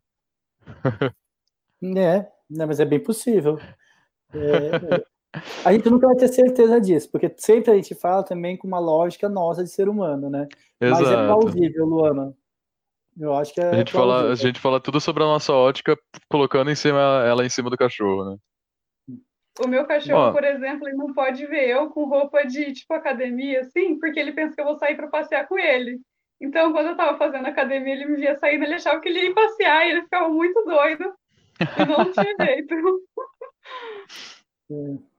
[SPEAKER 4] É, né, mas é bem possível. É, é. A gente nunca vai ter certeza disso, porque sempre a gente fala também com uma lógica nossa de ser humano, né? Mas é
[SPEAKER 2] Exato.
[SPEAKER 4] plausível, Luana. Eu acho que
[SPEAKER 2] A
[SPEAKER 4] é
[SPEAKER 2] gente fala, a
[SPEAKER 4] plausível.
[SPEAKER 2] gente fala tudo sobre a nossa ótica, colocando em cima ela em cima do cachorro, né?
[SPEAKER 3] O meu cachorro,
[SPEAKER 2] Ó,
[SPEAKER 3] por exemplo, ele não pode ver eu com roupa de, tipo, academia, assim, porque ele pensa que eu vou sair para passear com ele. Então, quando eu tava fazendo academia, ele me via saindo, ele achava que ele ia ir passear, e ele ficava muito doido, e não tinha jeito.
[SPEAKER 4] É.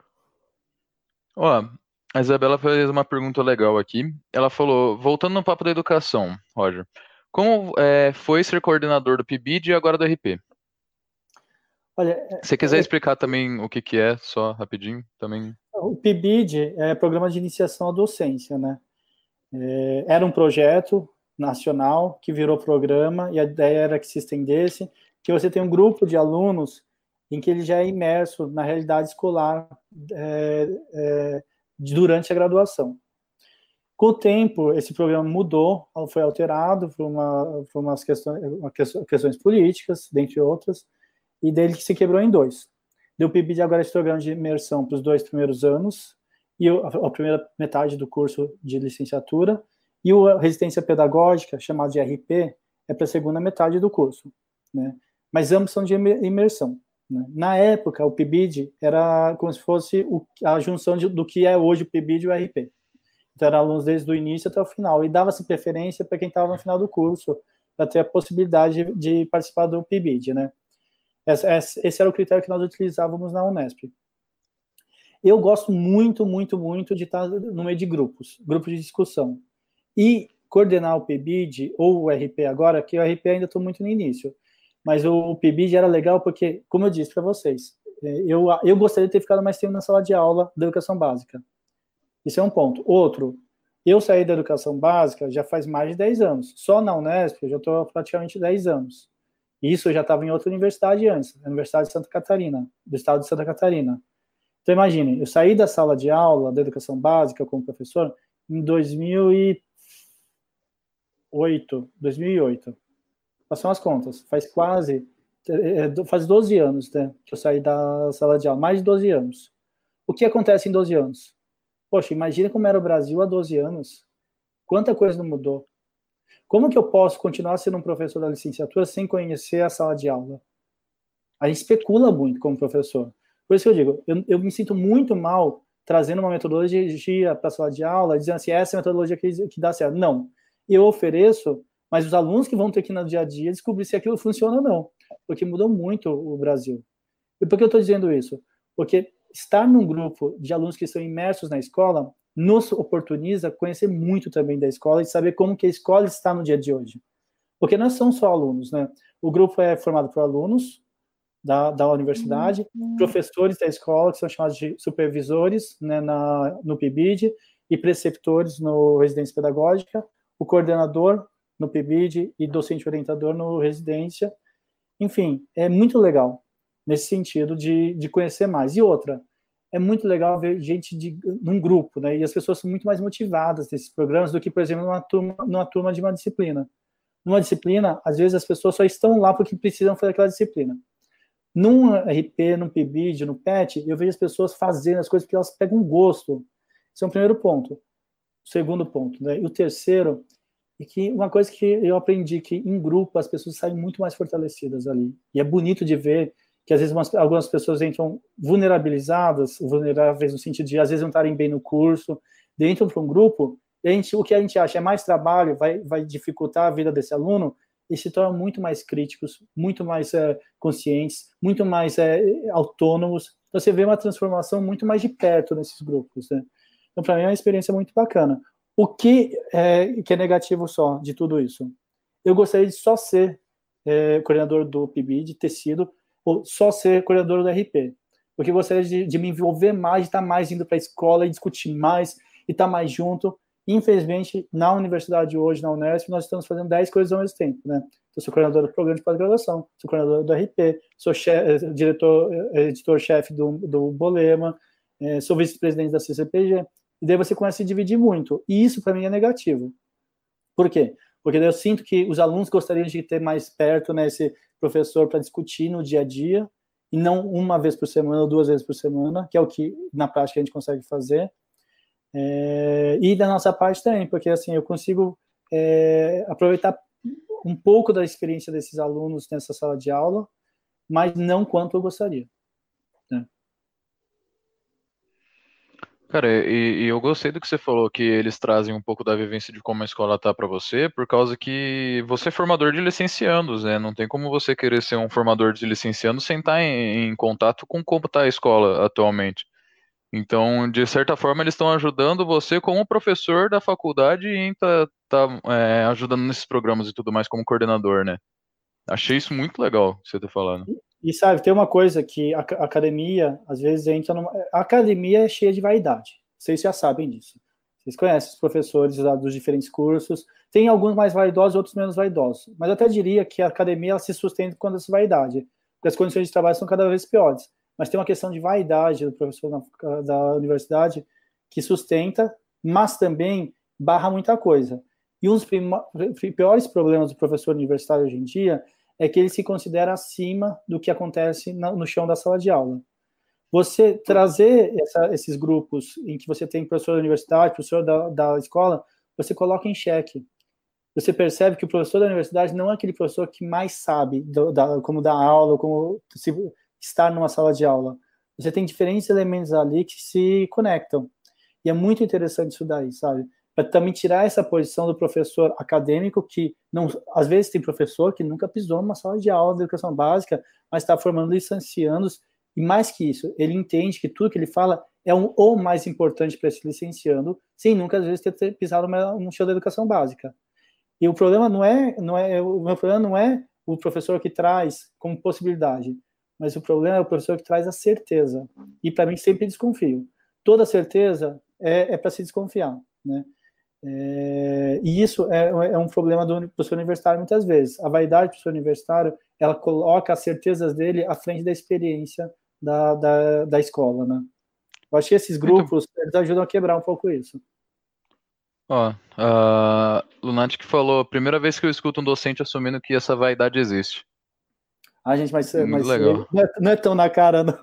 [SPEAKER 2] ó, a Isabela fez uma pergunta legal aqui. Ela falou, voltando no papo da educação, Roger, como é, foi ser coordenador do P I B I D e agora do R P?
[SPEAKER 4] Olha,
[SPEAKER 2] Se você quiser explicar também o que que é, só rapidinho, também.
[SPEAKER 4] o P I B I D é Programa de Iniciação à Docência, né? É, era um projeto nacional que virou programa e a ideia era que se estendesse, que você tem um grupo de alunos em que ele já é imerso na realidade escolar é, é, durante a graduação. Com o tempo, esse programa mudou, foi alterado por, uma, por umas questões, uma questões, questões políticas, dentre outras, e dele que se quebrou em dois. Deu P I B I D agora esse programa de imersão para os dois primeiros anos, e a primeira metade do curso de licenciatura, e a residência pedagógica, chamada de R P, é para a segunda metade do curso, né? Mas ambos são de imersão, né? Na época, o P I B I D era como se fosse o, a junção de, do que é hoje o P I B I D e o R P. Então, eram alunos desde o início até o final, e dava-se preferência para quem estava no final do curso, para ter a possibilidade de, de participar do P I B I D, né? Esse, esse era o critério que nós utilizávamos na Unesp. Eu gosto muito, muito, muito de estar no meio de grupos, grupos de discussão. E coordenar o P I B I D ou o R P agora, que o R P ainda estou muito no início, mas o P I B I D era legal porque, como eu disse para vocês, eu, eu gostaria de ter ficado mais tempo na sala de aula da educação básica. Isso é um ponto. Outro, eu saí da educação básica já faz mais de dez anos. Só na Unesp eu já estou praticamente dez anos. Isso eu já estava em outra universidade antes, a Universidade de Santa Catarina, do estado de Santa Catarina. Então, imagine, eu saí da sala de aula da educação básica como professor em dois mil e oito. Passam as contas. Faz quase, faz doze anos, né, que eu saí da sala de aula, mais de doze anos. O que acontece em doze anos? Poxa, imagina como era o Brasil há doze anos. Quanta coisa não mudou. Como que eu posso continuar sendo um professor da licenciatura sem conhecer a sala de aula? A gente especula muito como professor. Por isso que eu digo, eu, eu me sinto muito mal trazendo uma metodologia para a sala de aula, dizendo assim, essa é a metodologia que, que dá certo. Não. Eu ofereço, mas os alunos que vão ter aqui no dia a dia descobrir se aquilo funciona ou não. Porque mudou muito o Brasil. E por que eu estou dizendo isso? Porque estar num grupo de alunos que estão imersos na escola nos oportuniza conhecer muito também da escola e saber como que a escola está no dia de hoje. Porque não são só alunos, né? O grupo é formado por alunos da, da universidade, uhum. professores da escola, que são chamados de supervisores, né, na, no P I B I D, e preceptores no Residência Pedagógica, o coordenador no P I B I D e docente orientador no Residência. Enfim, é muito legal nesse sentido de, de conhecer mais. E outra, é muito legal ver gente de, num grupo, né? E as pessoas são muito mais motivadas nesses programas do que, por exemplo, numa turma, numa turma de uma disciplina. Numa disciplina, às vezes as pessoas só estão lá porque precisam fazer aquela disciplina. Num R P, num P I B I D, no P E T, eu vejo as pessoas fazendo as coisas porque elas pegam gosto. Esse é o primeiro ponto. O segundo ponto, né? E o terceiro, é que uma coisa que eu aprendi, que em grupo as pessoas saem muito mais fortalecidas ali. E é bonito de ver que às vezes umas, algumas pessoas entram vulnerabilizadas, vulneráveis no sentido de às vezes não estarem bem no curso, entram para um grupo, e a gente, o que a gente acha é mais trabalho, vai, vai dificultar a vida desse aluno, e se tornam muito mais críticos, muito mais é, conscientes, muito mais é, autônomos. Então você vê uma transformação muito mais de perto nesses grupos, né? Então para mim é uma experiência muito bacana. O que é, que é negativo só de tudo isso? Eu gostaria de só ser é, coordenador do P I B I D, ter sido, ou só ser coordenador do R P, porque eu gostaria de, de me envolver mais, de estar mais indo para a escola e discutir mais, e estar mais junto. Infelizmente, na universidade hoje, na Unesp, nós estamos fazendo dez coisas ao mesmo tempo, né? Eu sou coordenador do programa de pós-graduação, sou coordenador do R P, sou chefe, diretor, editor-chefe do, do Bolema, é, sou vice-presidente da C C P G, e daí você começa a se dividir muito, e isso para mim é negativo. Por quê? Porque daí eu sinto que os alunos gostariam de ter mais perto, né, esse professor para discutir no dia a dia, e não uma vez por semana ou duas vezes por semana, que é o que na prática a gente consegue fazer. É, e da nossa parte também, porque assim, eu consigo é, aproveitar um pouco da experiência desses alunos nessa sala de aula, mas não quanto eu gostaria, né?
[SPEAKER 2] Cara, e, e eu gostei do que você falou, que eles trazem um pouco da vivência de como a escola tá para você, por causa que você é formador de licenciandos, né? Não tem como você querer ser um formador de licenciandos sem estar em, em contato com como está a escola atualmente. Então, de certa forma, eles estão ajudando você como professor da faculdade e tá, tá é, ajudando nesses programas e tudo mais como coordenador, né? Achei isso muito legal, que você tá falando.
[SPEAKER 4] E, e sabe, tem uma coisa que a, a academia, às vezes, entra numa... A academia é cheia de vaidade. Vocês já sabem disso. Vocês conhecem os professores lá dos diferentes cursos. Tem alguns mais vaidosos, outros menos vaidosos. Mas eu até diria que a academia ela se sustenta com essa vaidade, porque as condições de trabalho são cada vez piores. Mas tem uma questão de vaidade do professor na, da universidade que sustenta, mas também barra muita coisa. E um dos piores problemas do professor universitário hoje em dia é que ele se considera acima do que acontece no chão da sala de aula. Você trazer essa, esses grupos em que você tem professor da universidade, professor da, da escola, você coloca em xeque. Você percebe que o professor da universidade não é aquele professor que mais sabe do, da, como dar aula, como se, estar numa sala de aula. Você tem diferentes elementos ali que se conectam. E é muito interessante isso daí, sabe? Para também tirar essa posição do professor acadêmico, que não, às vezes tem professor que nunca pisou numa sala de aula de educação básica, mas está formando licenciandos, e mais que isso, ele entende que tudo que ele fala é um, o mais importante para esse licenciando, sem nunca, às vezes, ter pisado no chão da educação básica. E o problema não é, não é, o meu problema não é o professor que traz como possibilidade, mas o problema é o professor que traz a certeza. E, para mim, sempre desconfio. Toda certeza é, é para se desconfiar, né? É, e isso é, é um problema do professor universitário muitas vezes. A vaidade do professor universitário, ela coloca as certezas dele à frente da experiência da, da, da escola, né? Eu acho que esses grupos, eles ajudam a quebrar um pouco isso.
[SPEAKER 2] Ó, a Lunatic falou, primeira vez que eu escuto um docente assumindo que essa vaidade existe.
[SPEAKER 4] Ah, gente, mas,
[SPEAKER 2] Muito
[SPEAKER 4] mas
[SPEAKER 2] legal.
[SPEAKER 4] Não, é, não é tão na cara, não.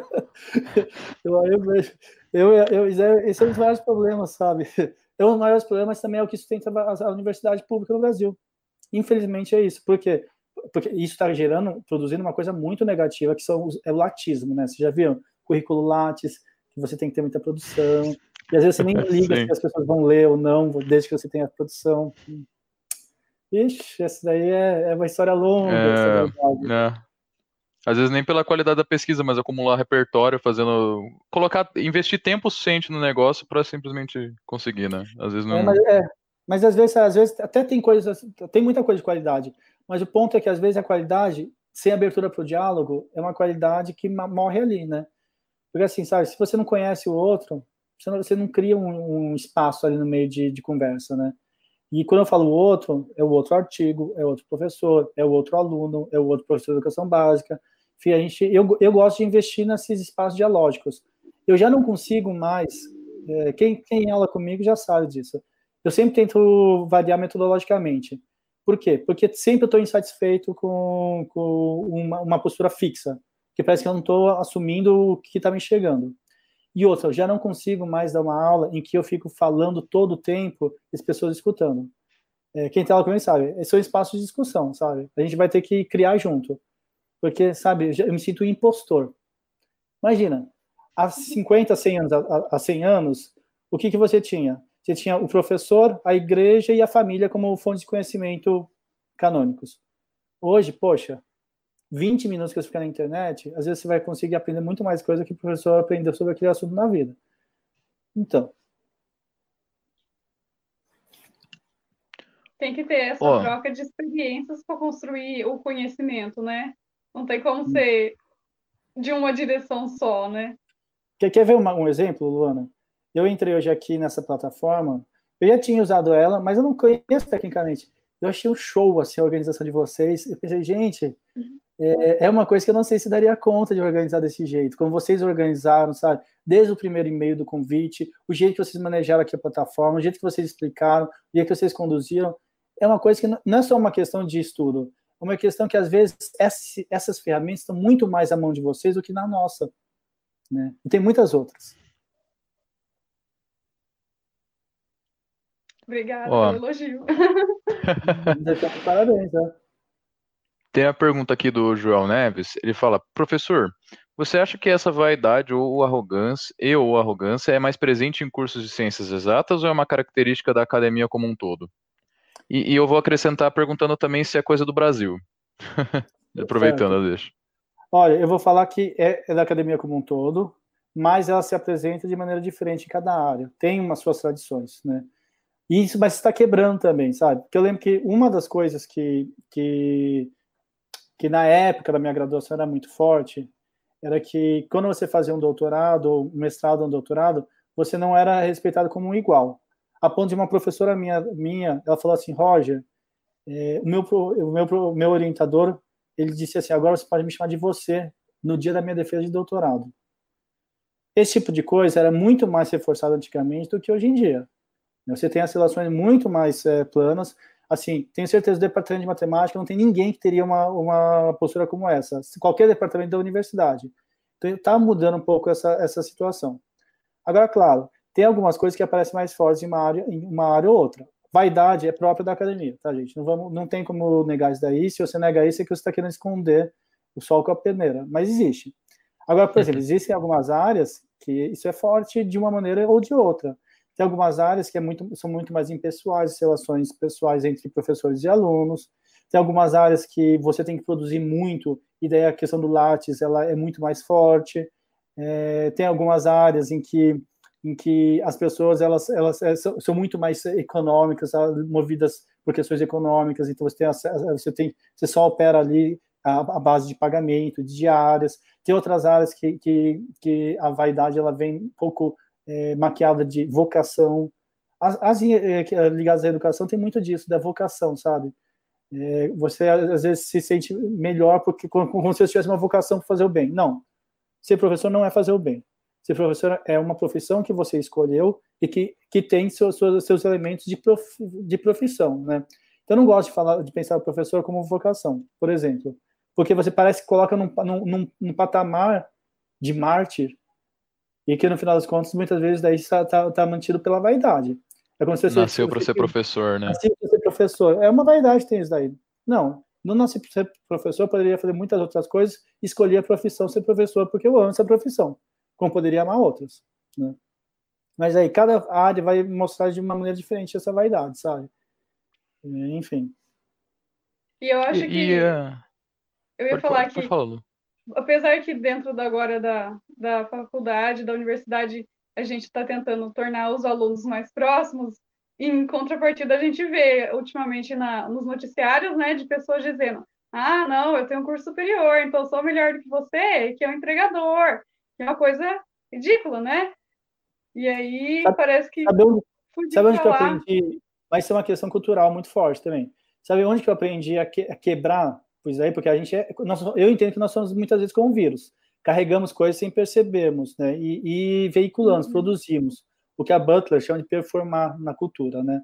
[SPEAKER 4] eu, eu vejo, eu, eu, esse é um dos maiores problemas, sabe? É um dos maiores problemas também é o que sustenta a, a universidade pública no Brasil. Infelizmente é isso. Por quê? Porque isso está gerando, produzindo uma coisa muito negativa, que são os, é o latismo, né? Vocês já viram? Currículo Lattes, que você tem que ter muita produção, e às vezes você nem liga se as pessoas vão ler ou não, desde que você tenha a produção. Ixi, essa daí é, é uma história longa,
[SPEAKER 2] É,
[SPEAKER 4] essa verdade.
[SPEAKER 2] é. Às vezes nem pela qualidade da pesquisa, mas acumular repertório, fazendo. Colocar, investir tempo suficiente no negócio para simplesmente conseguir, né? Às vezes
[SPEAKER 4] É, mas,
[SPEAKER 2] não.
[SPEAKER 4] é, mas às vezes, às vezes até tem coisas, tem muita coisa de qualidade, mas o ponto é que às vezes a qualidade, sem abertura para o diálogo, é uma qualidade que morre ali, né? Porque assim, sabe, se você não conhece o outro, você não, você não cria um, um espaço ali no meio de, de conversa, né? E quando eu falo o outro, é o outro artigo, é outro professor, é o outro aluno, é o outro professor de educação básica. Enfim, a gente, eu, eu gosto de investir nesses espaços dialógicos. Eu já não consigo mais, é, quem tem aula comigo já sabe disso. Eu sempre tento variar metodologicamente. Por quê? Porque sempre eu estou insatisfeito com, com uma, uma postura fixa, que parece que eu não estou assumindo o que está me chegando. E outra, eu já não consigo mais dar uma aula em que eu fico falando todo o tempo e as pessoas escutando. É, quem tem aula comigo sabe, esses são espaços de discussão, sabe? A gente vai ter que criar junto. Porque, sabe, eu me sinto impostor. Imagina, há cinquenta, cem anos, há cem anos, o que, que você tinha? Você tinha o professor, a igreja e a família como fontes de conhecimento canônicos. Hoje, poxa, vinte minutos que você ficar na internet, às vezes você vai conseguir aprender muito mais coisa que o professor aprendeu sobre aquele assunto na vida. Então.
[SPEAKER 3] Tem que ter essa
[SPEAKER 2] Ó,
[SPEAKER 3] troca de experiências para construir o conhecimento, né? Não tem como ser de uma direção só, né?
[SPEAKER 4] Quer, quer ver uma, um exemplo, Luana? Eu entrei hoje aqui nessa plataforma, eu já tinha usado ela, mas eu não conheço tecnicamente. Eu achei um show assim, a organização de vocês. Eu pensei, gente, é, é uma coisa que eu não sei se daria conta de organizar desse jeito. Como vocês organizaram, sabe? Desde o primeiro e-mail do convite, o jeito que vocês manejaram aqui a plataforma, o jeito que vocês explicaram, o jeito que vocês conduziram, é uma coisa que não é só uma questão de estudo, é uma questão que, às vezes, essas ferramentas estão muito mais à mão de vocês do que na nossa. Né? E tem muitas outras.
[SPEAKER 3] Obrigada
[SPEAKER 2] ó,
[SPEAKER 3] pelo elogio.
[SPEAKER 4] Parabéns, né?
[SPEAKER 2] tem a pergunta aqui do Joel Neves. Ele fala: Professor, você acha que essa vaidade ou arrogância e ou arrogância é mais presente em cursos de ciências exatas ou é uma característica da academia como um todo? E, e eu vou acrescentar perguntando também se é coisa do Brasil. Aproveitando,
[SPEAKER 4] Certo.
[SPEAKER 2] eu deixo.
[SPEAKER 4] Olha, eu vou falar que é, é da academia como um todo, mas ela se apresenta de maneira diferente em cada área. Tem umas suas tradições, né? E isso, mas está quebrando também, sabe? Porque eu lembro que uma das coisas que, que, que na época da minha graduação era muito forte era que quando você fazia um doutorado, ou um mestrado ou um doutorado, você não era respeitado como um igual. A ponto de uma professora minha, minha ela falou assim, Roger, é, o, meu, o, meu, o meu orientador, ele disse assim, agora você pode me chamar de você no dia da minha defesa de doutorado. Esse tipo de coisa era muito mais reforçado antigamente do que hoje em dia. Você tem as relações muito mais é, planas. Assim, tenho certeza que o departamento de matemática não tem ninguém que teria uma, uma postura como essa. Qualquer departamento da universidade. Então, está mudando um pouco essa, essa situação. Agora, claro, tem algumas coisas que aparecem mais fortes em uma área, em uma área ou outra. Vaidade é própria da academia, tá, gente? Não, vamos, não tem como negar isso daí. Se você nega isso, é que você está querendo esconder o sol com a peneira. Mas existe. Agora, por exemplo, existem algumas áreas que isso é forte de uma maneira ou de outra. Tem algumas áreas que é muito, são muito mais impessoais, relações pessoais entre professores e alunos. Tem algumas áreas que você tem que produzir muito, e daí a questão do Lattes ela é muito mais forte. É, tem algumas áreas em que, em que as pessoas elas, elas são, são muito mais econômicas, movidas por questões econômicas, então você, tem, você, tem, você só opera ali a, a base de pagamento, de diárias. Tem outras áreas que, que, que a vaidade ela vem um pouco é, maquiada de vocação. As, as é, ligadas à educação tem muito disso, da vocação, sabe? É, você às vezes se sente melhor porque como, como se você tivesse uma vocação para fazer o bem. Não. Ser professor não é fazer o bem. Ser professor é uma profissão que você escolheu e que, que tem seus, seus, seus elementos de, prof, de profissão, né? Então, eu não gosto de, falar, de pensar o professor como vocação, por exemplo, porque você parece que coloca num, num, num patamar de mártir e que, no final das contas, muitas vezes daí está tá, tá mantido pela vaidade. É como se você
[SPEAKER 2] Nasceu para ser professor, né?
[SPEAKER 4] Nasceu para ser professor. É uma vaidade tem isso daí. Não, não nasci para ser professor, poderia fazer muitas outras coisas, escolhi a profissão ser professor porque eu amo essa profissão, como poderia amar outras, né? Mas aí cada área vai mostrar de uma maneira diferente essa vaidade, sabe? Enfim.
[SPEAKER 3] E eu acho
[SPEAKER 2] E,
[SPEAKER 3] que
[SPEAKER 2] e, uh...
[SPEAKER 3] eu ia
[SPEAKER 2] pode,
[SPEAKER 3] falar
[SPEAKER 2] pode, pode
[SPEAKER 3] que
[SPEAKER 2] falar, Lu.
[SPEAKER 3] apesar que dentro da, agora da, da faculdade, da universidade, a gente está tentando tornar os alunos mais próximos, em contrapartida a gente vê ultimamente na, nos noticiários, né, de pessoas dizendo, ah, não, eu tenho um curso superior, então eu sou melhor do que você, que é um entregador, que é uma coisa ridícula, né? E aí
[SPEAKER 4] Sabe,
[SPEAKER 3] parece que
[SPEAKER 4] sabe onde,
[SPEAKER 3] fugir
[SPEAKER 4] sabe onde
[SPEAKER 3] pra
[SPEAKER 4] que eu
[SPEAKER 3] lá.
[SPEAKER 4] aprendi? Mas isso é uma questão cultural muito forte também. Sabe onde que eu aprendi a, que, a quebrar? Pois aí, porque a gente é, nós, eu entendo que nós somos muitas vezes como um vírus. Carregamos coisas sem percebermos, né? E, e veiculamos,
[SPEAKER 3] Uhum.
[SPEAKER 4] produzimos. O que a Butler chama de performar na cultura, né?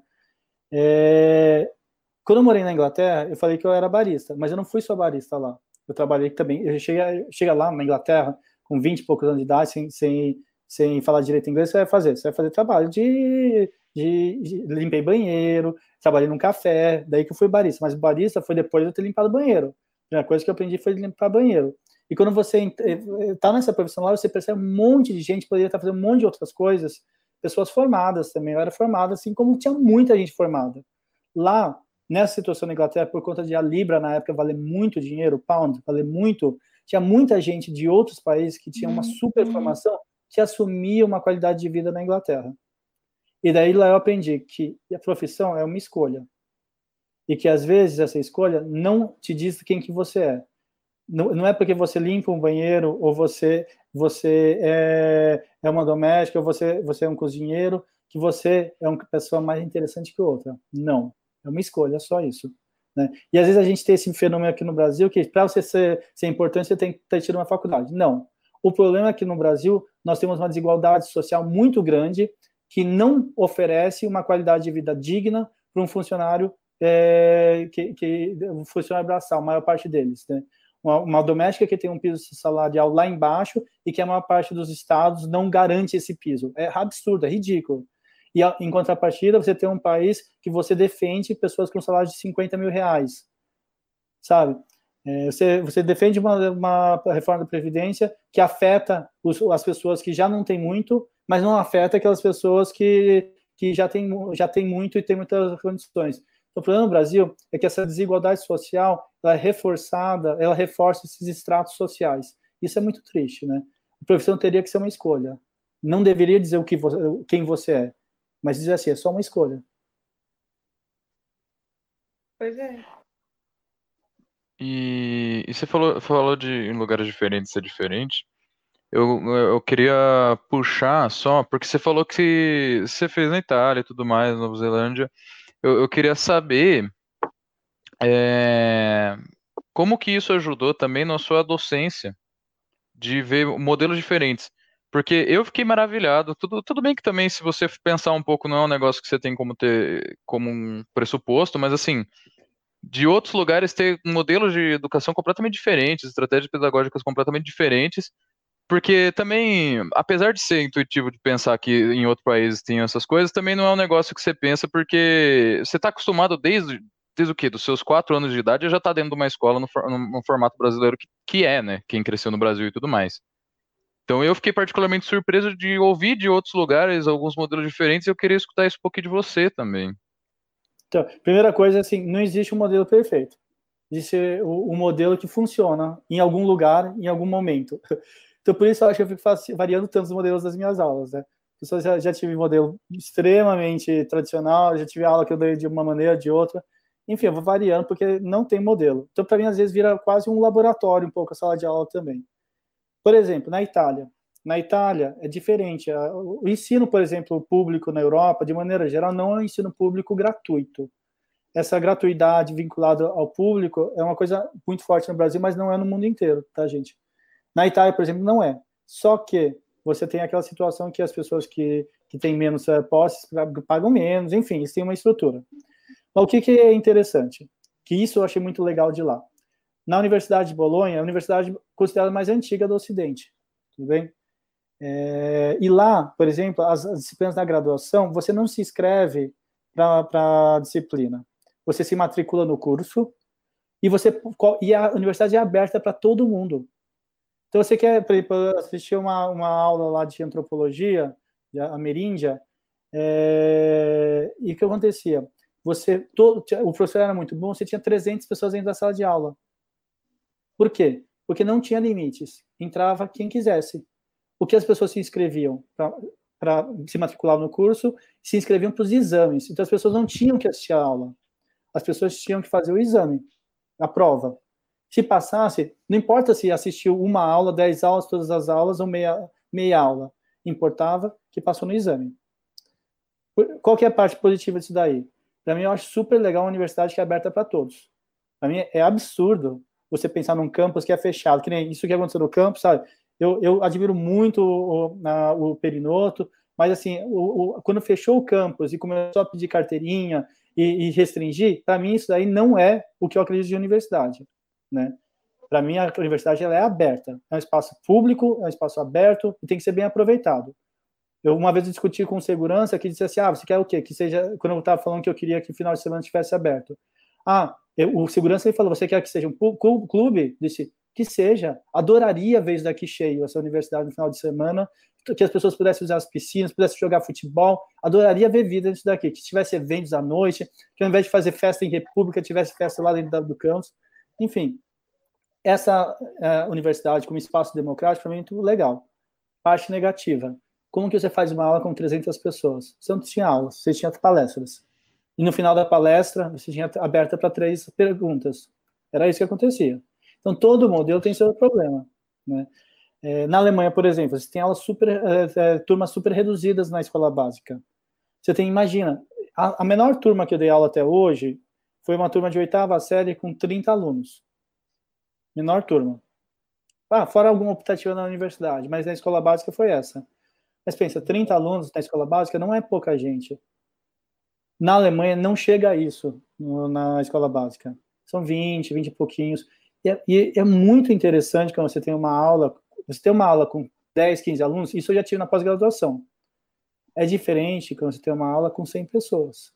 [SPEAKER 4] É, quando eu morei na Inglaterra, eu falei que eu era barista, mas eu não fui só barista lá. Eu trabalhei também. Eu cheguei, cheguei lá na Inglaterra com vinte e poucos anos de idade, sem, sem, sem falar direito inglês, você vai fazer? Você vai fazer trabalho de, de, de limpei banheiro, trabalhei num café, daí que eu fui barista. Mas barista foi depois de eu ter limpado banheiro. A primeira coisa que eu aprendi foi limpar banheiro. E quando você está nessa profissão lá, você percebe um monte de gente, poderia estar fazendo um monte de outras coisas, pessoas formadas também. Eu era formada, assim como tinha muita gente formada. Lá, nessa situação na Inglaterra, por conta de a Libra na época valer muito dinheiro, o pound valer muito, tinha muita gente de outros países que tinha uma super formação que assumia uma qualidade de vida na Inglaterra. E daí lá eu aprendi que a profissão é uma escolha. E que às vezes essa escolha não te diz quem que você é. Não, não é porque você limpa um banheiro, ou você, você é, é uma doméstica, ou você, você é um cozinheiro, que você é uma pessoa mais interessante que outra. Não. É uma escolha, só isso. Né? E às vezes a gente tem esse fenômeno aqui no Brasil, que para você ser, ser importante, você tem que ter tido uma faculdade. Não. O problema é que no Brasil nós temos uma desigualdade social muito grande que não oferece uma qualidade de vida digna para um funcionário, é, que, que, um funcionário braçal, a maior parte deles. Né? Uma, uma doméstica que tem um piso salarial lá embaixo e que a maior parte dos estados não garante esse piso. É absurdo, é ridículo. E, em contrapartida, você tem um país que você defende pessoas com salário de cinquenta mil reais, sabe? É, você, você defende uma, uma reforma da Previdência que afeta os, as pessoas que já não têm muito, mas não afeta aquelas pessoas que, que já têm já tem muito e têm muitas condições. O problema no Brasil é que essa desigualdade social ela é reforçada, ela reforça esses estratos sociais. Isso é muito triste, né? A profissão teria que ser uma escolha. Não deveria dizer o que você, quem você é, mas dizer assim, é só uma escolha.
[SPEAKER 3] Pois é.
[SPEAKER 2] E, e você falou, falou de em lugares diferentes ser diferente. Eu, eu queria puxar só, porque você falou que você fez na Itália e tudo mais, Nova Zelândia. Eu, eu queria saber é, como que isso ajudou também na sua docência, de ver modelos diferentes. Porque eu fiquei maravilhado. Tudo, tudo bem que também, se você pensar um pouco, não é um negócio que você tem como ter como um pressuposto, mas assim, de outros lugares ter modelos de educação completamente diferentes, estratégias pedagógicas completamente diferentes. Porque também, apesar de ser intuitivo de pensar que em outros países tem essas coisas, também não é um negócio que você pensa porque você está acostumado desde, desde o quê? Dos seus quatro anos de idade, já está dentro de uma escola no, for- no- no formato brasileiro que, que é, né? Quem cresceu no Brasil e tudo mais. Então eu fiquei particularmente surpreso de ouvir de outros lugares alguns modelos diferentes e eu queria escutar isso um pouquinho de você também.
[SPEAKER 4] Então, primeira coisa, assim, não existe um modelo perfeito. Existe o, o modelo que funciona em algum lugar, em algum momento. Então, por isso eu acho que eu fico faci- variando tanto os modelos das minhas aulas, né? Eu já, já tive modelo extremamente tradicional, já tive aula que eu dei de uma maneira, de outra. Enfim, eu vou variando porque não tem modelo. Então, para mim, às vezes, vira quase um laboratório, um pouco a sala de aula também. Por exemplo, na Itália. Na Itália é diferente. O ensino, por exemplo, público na Europa, de maneira geral, não é um ensino público gratuito. Essa gratuidade vinculada ao público é uma coisa muito forte no Brasil, mas não é no mundo inteiro, tá, gente? Na Itália, por exemplo, não é. Só que você tem aquela situação que as pessoas que, que têm menos uh, posses pagam menos, enfim, isso tem uma estrutura. Mas o que, que é interessante? Que isso eu achei muito legal de lá. Na Universidade de Bolonha, a universidade considerada mais antiga do Ocidente, tudo bem? É, e lá, por exemplo, as, as disciplinas da graduação, você não se inscreve para a disciplina. Você se matricula no curso e, você, e a universidade é aberta para todo mundo. Então, você quer, por exemplo, assistir uma, uma aula lá de antropologia, de ameríndia, é, e o que acontecia? Você, todo, o professor era muito bom, você tinha trezentas pessoas dentro da sala de aula. Por quê? porque não tinha limites. Entrava quem quisesse. O que as pessoas se inscreviam para se matricular no curso, se inscreviam para os exames. Então, as pessoas não tinham que assistir a aula. As pessoas tinham que fazer o exame, a prova. Se passasse, não importa se assistiu uma aula, dez aulas, todas as aulas, ou meia, meia aula. Importava que passou no exame. Qual que é a parte positiva disso daí? Para mim, eu acho super legal uma universidade que é aberta para todos. Para mim, é absurdo você pensar num campus que é fechado, que nem isso que aconteceu no campus, sabe? Eu, eu admiro muito o, a, o Perinoto, mas assim, o, o, quando fechou o campus e começou a pedir carteirinha e, e restringir, para mim isso daí não é o que eu acredito de universidade, né? Para mim, a universidade ela é aberta, é um espaço público, é um espaço aberto e tem que ser bem aproveitado. Eu uma vez discuti com segurança que disse assim, ah, você quer o quê? Que seja, quando eu estava falando que eu queria que o final de semana estivesse aberto. Ah, eu, o segurança ele falou, você quer que seja um clube? Disse, que seja. Adoraria ver isso daqui cheio, essa universidade no final de semana, que as pessoas pudessem usar as piscinas, pudessem jogar futebol. Adoraria ver vida nisso daqui, que tivesse eventos à noite, que ao invés de fazer festa em república, tivesse festa lá dentro do campus. Enfim, essa uh, universidade como espaço democrático, para mim, é muito legal. Parte negativa. Como que você faz uma aula com trezentas pessoas? Você não tinha aulas, você tinha palestras. E no final da palestra, você tinha aberta para três perguntas. Era isso que acontecia. Então, todo modelo tem seu problema, né? É, na Alemanha, por exemplo, você tem aulas super, é, é, turmas super reduzidas na escola básica. Você tem, imagina, a, a menor turma que eu dei aula até hoje foi uma turma de oitava série com trinta alunos. Menor turma. Ah, fora alguma optativa na universidade, mas na escola básica foi essa. Mas pensa, trinta alunos na escola básica não é pouca gente. Na Alemanha não chega a isso no, na escola básica. São vinte, vinte e pouquinhos. E é, e é muito interessante quando você tem uma aula, você tem uma aula com dez, quinze alunos, isso eu já tive na pós-graduação. É diferente quando você tem uma aula com cem pessoas.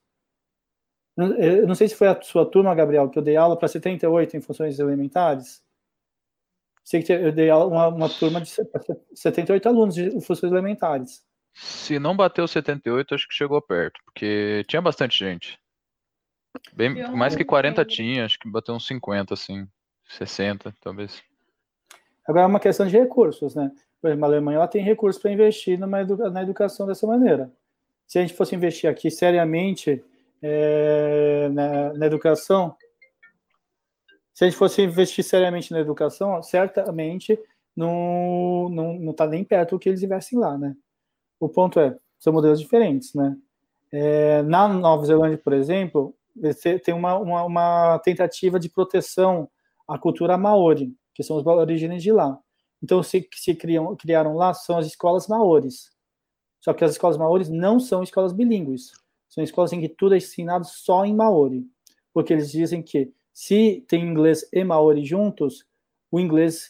[SPEAKER 4] Eu não sei se foi a sua turma, Gabriel, que eu dei aula para setenta e oito em funções elementares. Sei que eu dei aula uma, uma turma de setenta e oito alunos de funções elementares.
[SPEAKER 2] Se não bateu setenta e oito, acho que chegou perto, porque tinha bastante gente. Bem, mais que quarenta tinha, acho que bateu uns cinquenta, assim, sessenta, talvez.
[SPEAKER 4] Agora é uma questão de recursos, né? Por exemplo, a Alemanha ela tem recursos para investir numa edu- na educação dessa maneira. Se a gente fosse investir aqui seriamente é, na, na educação, se a gente fosse investir seriamente na educação, certamente não não não está nem perto do que eles investem lá, né? O ponto é, são modelos diferentes, né? É, na Nova Zelândia, por exemplo, tem uma, uma, uma tentativa de proteção à cultura maori, que são os aborígenes de lá. Então, se, se criam, criaram lá são as escolas maoris. Só que as escolas maoris não são escolas bilíngues. São escolas em que tudo é ensinado só em maori. Porque eles dizem que se tem inglês e maori juntos, o inglês,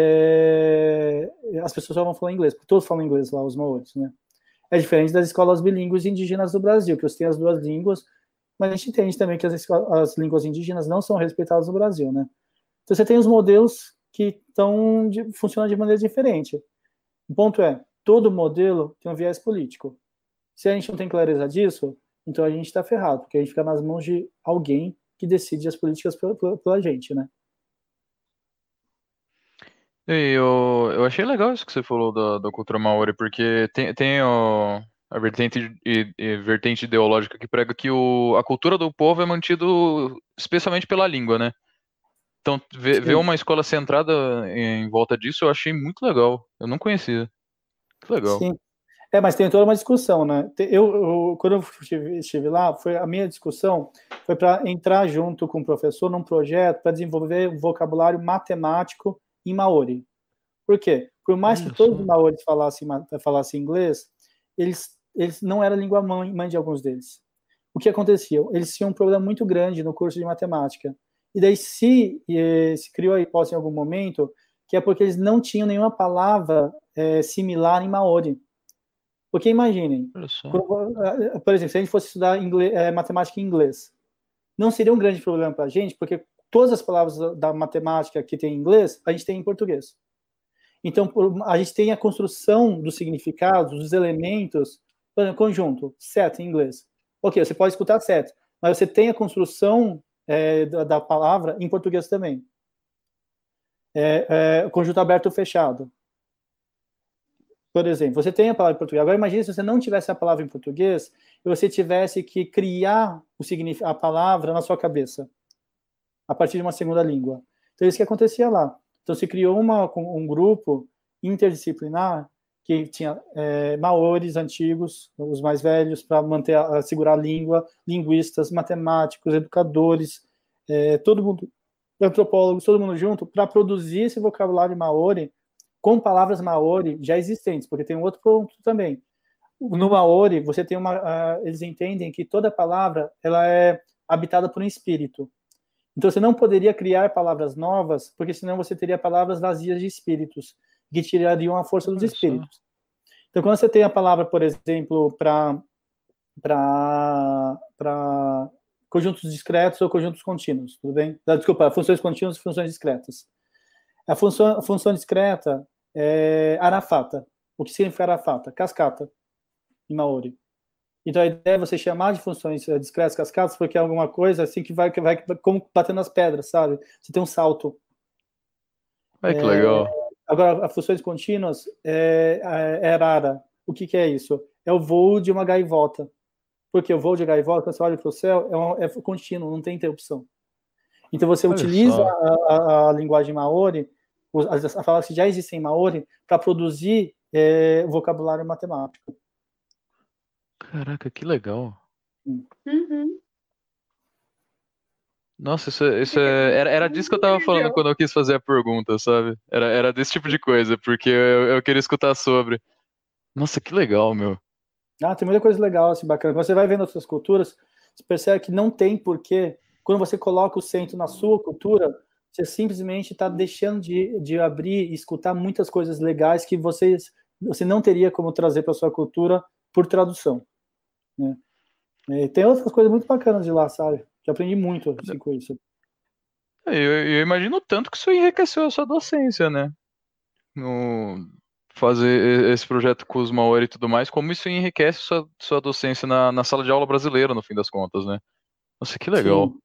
[SPEAKER 4] é... as pessoas só vão falar inglês, porque todos falam inglês lá, os maoris, né? É diferente das escolas bilíngues indígenas do Brasil, que você tem as duas línguas, mas a gente entende também que as, as línguas indígenas não são respeitadas no Brasil, né? Então você tem os modelos que estão de, funcionam de maneira diferente. O ponto é, todo modelo tem um viés político. Se a gente não tem clareza disso, então a gente está ferrado, porque a gente fica nas mãos de alguém que decide as políticas pela, pela, pela gente, né?
[SPEAKER 2] E eu, eu achei legal isso que você falou da, da cultura maori, porque tem, tem o, a vertente, e, e vertente ideológica que prega que o, a cultura do povo é mantido especialmente pela língua, né? Então, ver, ver uma escola centrada em volta disso, eu achei muito legal. Eu não conhecia. Que legal.
[SPEAKER 4] Sim. É, mas tem toda uma discussão, né? Eu, eu quando eu estive, estive lá, foi a minha discussão foi para entrar junto com o professor num projeto para desenvolver um vocabulário matemático em maori. Por quê? Por mais Olha que todos só. os maoris falassem, falassem inglês, eles, eles não era a língua mãe, mãe de alguns deles. O que acontecia? Eles tinham um problema muito grande no curso de matemática. E daí se, se criou a hipótese em algum momento que é porque eles não tinham nenhuma palavra é, similar em maori. Porque imaginem, por exemplo, se a gente fosse estudar inglês, é, matemática em inglês, não seria um grande problema para a gente, porque todas as palavras da matemática que tem em inglês, a gente tem em português. Então, a gente tem a construção dos significados, dos elementos, por exemplo, conjunto, set em inglês. Ok, você pode escutar set, mas você tem a construção é, da, da palavra em português também. é, é, conjunto aberto ou fechado. Por exemplo, você tem a palavra em português. Agora imagine se você não tivesse a palavra em português e você tivesse que criar o significado, a palavra na sua cabeça, a partir de uma segunda língua. Então, isso que acontecia lá. Então, se criou uma, um grupo interdisciplinar que tinha é, maores antigos, os mais velhos, para manter, a, segurar a língua, linguistas, matemáticos, educadores, é, todo mundo, antropólogos, todo mundo junto, para produzir esse vocabulário maori com palavras maori já existentes, porque tem um outro ponto também. No maori, você tem uma, uh, eles entendem que toda palavra ela é habitada por um espírito. Então, você não poderia criar palavras novas, porque senão você teria palavras vazias de espíritos, que tirariam a força dos espíritos. Então, quando você tem a palavra, por exemplo, para para conjuntos discretos ou conjuntos contínuos, tudo bem? Desculpa, funções contínuas e funções discretas. A função, a função discreta é arafata. O que significa arafata? Cascata, em maori. Então, a ideia é você chamar de funções discretas cascatas porque é alguma coisa assim que vai, que vai como batendo nas pedras, sabe? Você tem um salto.
[SPEAKER 2] Ai, que legal.
[SPEAKER 4] É, agora, as funções contínuas é, é arara. O que, que é isso? É o voo de uma gaivota. Porque o voo de gaivota, quando você olha para o céu, é, um, é contínuo, não tem interrupção. Então, você
[SPEAKER 2] Olha
[SPEAKER 4] utiliza
[SPEAKER 2] só.
[SPEAKER 4] a, a, a linguagem maori, as, as palavras que já existem em maori, para produzir é, vocabulário matemático.
[SPEAKER 2] Caraca, que legal.
[SPEAKER 3] Uhum.
[SPEAKER 2] Nossa, isso, isso é, era, era disso que eu tava falando quando eu quis fazer a pergunta, sabe? Era, era desse tipo de coisa, porque eu, eu queria escutar sobre. Nossa, que legal, meu.
[SPEAKER 4] Ah, tem muita coisa legal, assim, bacana. Quando você vai vendo outras culturas, você percebe que não tem porquê. Quando você coloca o centro na sua cultura, você simplesmente está deixando de, de abrir e escutar muitas coisas legais que vocês, você não teria como trazer para sua cultura por tradução. Né? E tem outras coisas muito bacanas de lá, sabe? Que eu aprendi muito assim, com isso.
[SPEAKER 2] Eu, eu imagino tanto que isso enriqueceu a sua docência, né? No fazer esse projeto com os Maori e tudo mais, como isso enriquece sua, sua docência na, na sala de aula brasileira, no fim das contas, né? Nossa, que legal.
[SPEAKER 4] Sim.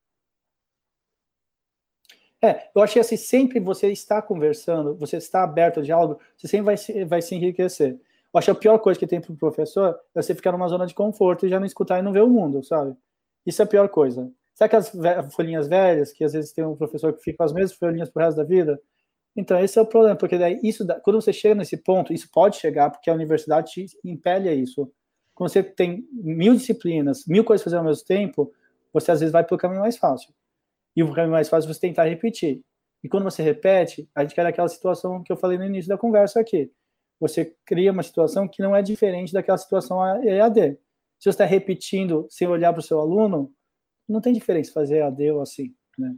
[SPEAKER 4] É, eu achei assim, sempre você está conversando, você está aberto ao diálogo, você sempre vai se, vai se enriquecer. Eu acho que a pior coisa que tem para o professor é você ficar numa zona de conforto e já não escutar e não ver o mundo, sabe? Isso é a pior coisa. Sabe aquelas folhinhas velhas, que às vezes tem um professor que fica com as mesmas folhinhas pro resto da vida? Então, esse é o problema, porque daí isso, quando você chega nesse ponto, isso pode chegar, porque a universidade te impele a isso. Quando você tem mil disciplinas, mil coisas a fazer ao mesmo tempo, você às vezes vai pelo caminho mais fácil. E o caminho mais fácil é você tentar repetir. E quando você repete, a gente quer aquela situação que eu falei no início da conversa aqui. Você cria uma situação que não é diferente daquela situação E A D. Se você está repetindo sem olhar para o seu aluno, não tem diferença fazer E A D ou assim, né?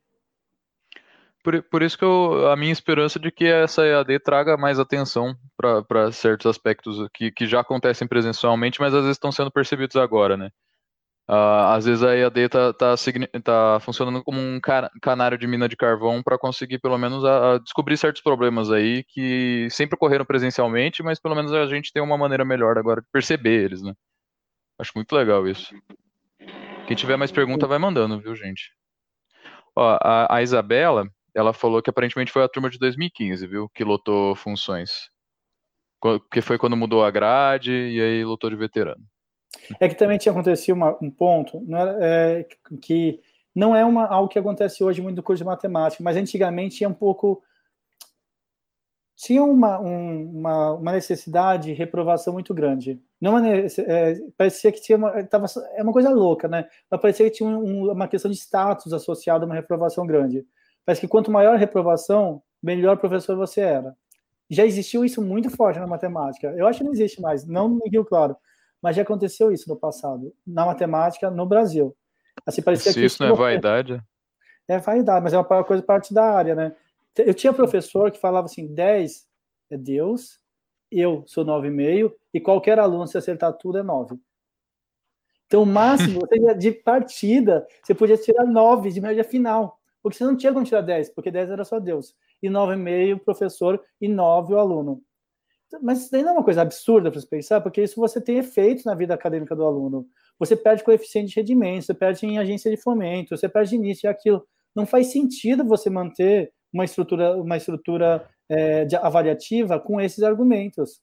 [SPEAKER 2] Por, por isso que eu, a minha esperança de que essa E A D traga mais atenção para certos aspectos que, que já acontecem presencialmente, mas às vezes estão sendo percebidos agora, né? Uh, às vezes a E A D está tá, tá funcionando como um canário de mina de carvão para conseguir pelo menos a, a descobrir certos problemas aí que sempre ocorreram presencialmente, mas pelo menos a gente tem uma maneira melhor agora de perceber eles, né? Acho muito legal isso. Quem tiver mais pergunta vai mandando, viu, gente? Ó, a, a Isabela, ela falou que aparentemente foi a turma de dois mil e quinze, viu, que lotou funções. Que foi quando mudou a grade e aí lotou de veterano.
[SPEAKER 4] É que também tinha acontecido uma, um ponto, não era, é, que não é uma, algo que acontece hoje muito no curso de matemática, mas antigamente tinha um pouco... Tinha uma, um, uma, uma necessidade de reprovação muito grande. Não uma, é, parecia que tinha uma... Tava, é uma coisa louca, né? Mas parecia que tinha um, uma questão de status associada a uma reprovação grande. Parece que quanto maior a reprovação, melhor professor você era. Já existiu isso muito forte na matemática. Eu acho que não existe mais, não no Rio Claro. Mas já aconteceu isso no passado, na matemática, no Brasil. Assim, parecia
[SPEAKER 2] Se
[SPEAKER 4] que
[SPEAKER 2] isso não é vaidade...
[SPEAKER 4] É vaidade, mas é uma coisa parte da área, né? Eu tinha professor que falava assim, dez é Deus, eu sou nove vírgula cinco, e qualquer aluno, se acertar tudo, é nove. Então, o máximo, de partida, você podia tirar nove de média final, porque você não tinha como tirar dez, porque dez era só Deus. E nove vírgula cinco o professor, e nove o aluno. Mas isso daí não é uma coisa absurda para você pensar, porque isso você tem efeitos na vida acadêmica do aluno. Você perde coeficiente de rendimento, você perde em agência de fomento, você perde início e aquilo. Não faz sentido você manter uma estrutura, uma estrutura é, de, avaliativa com esses argumentos.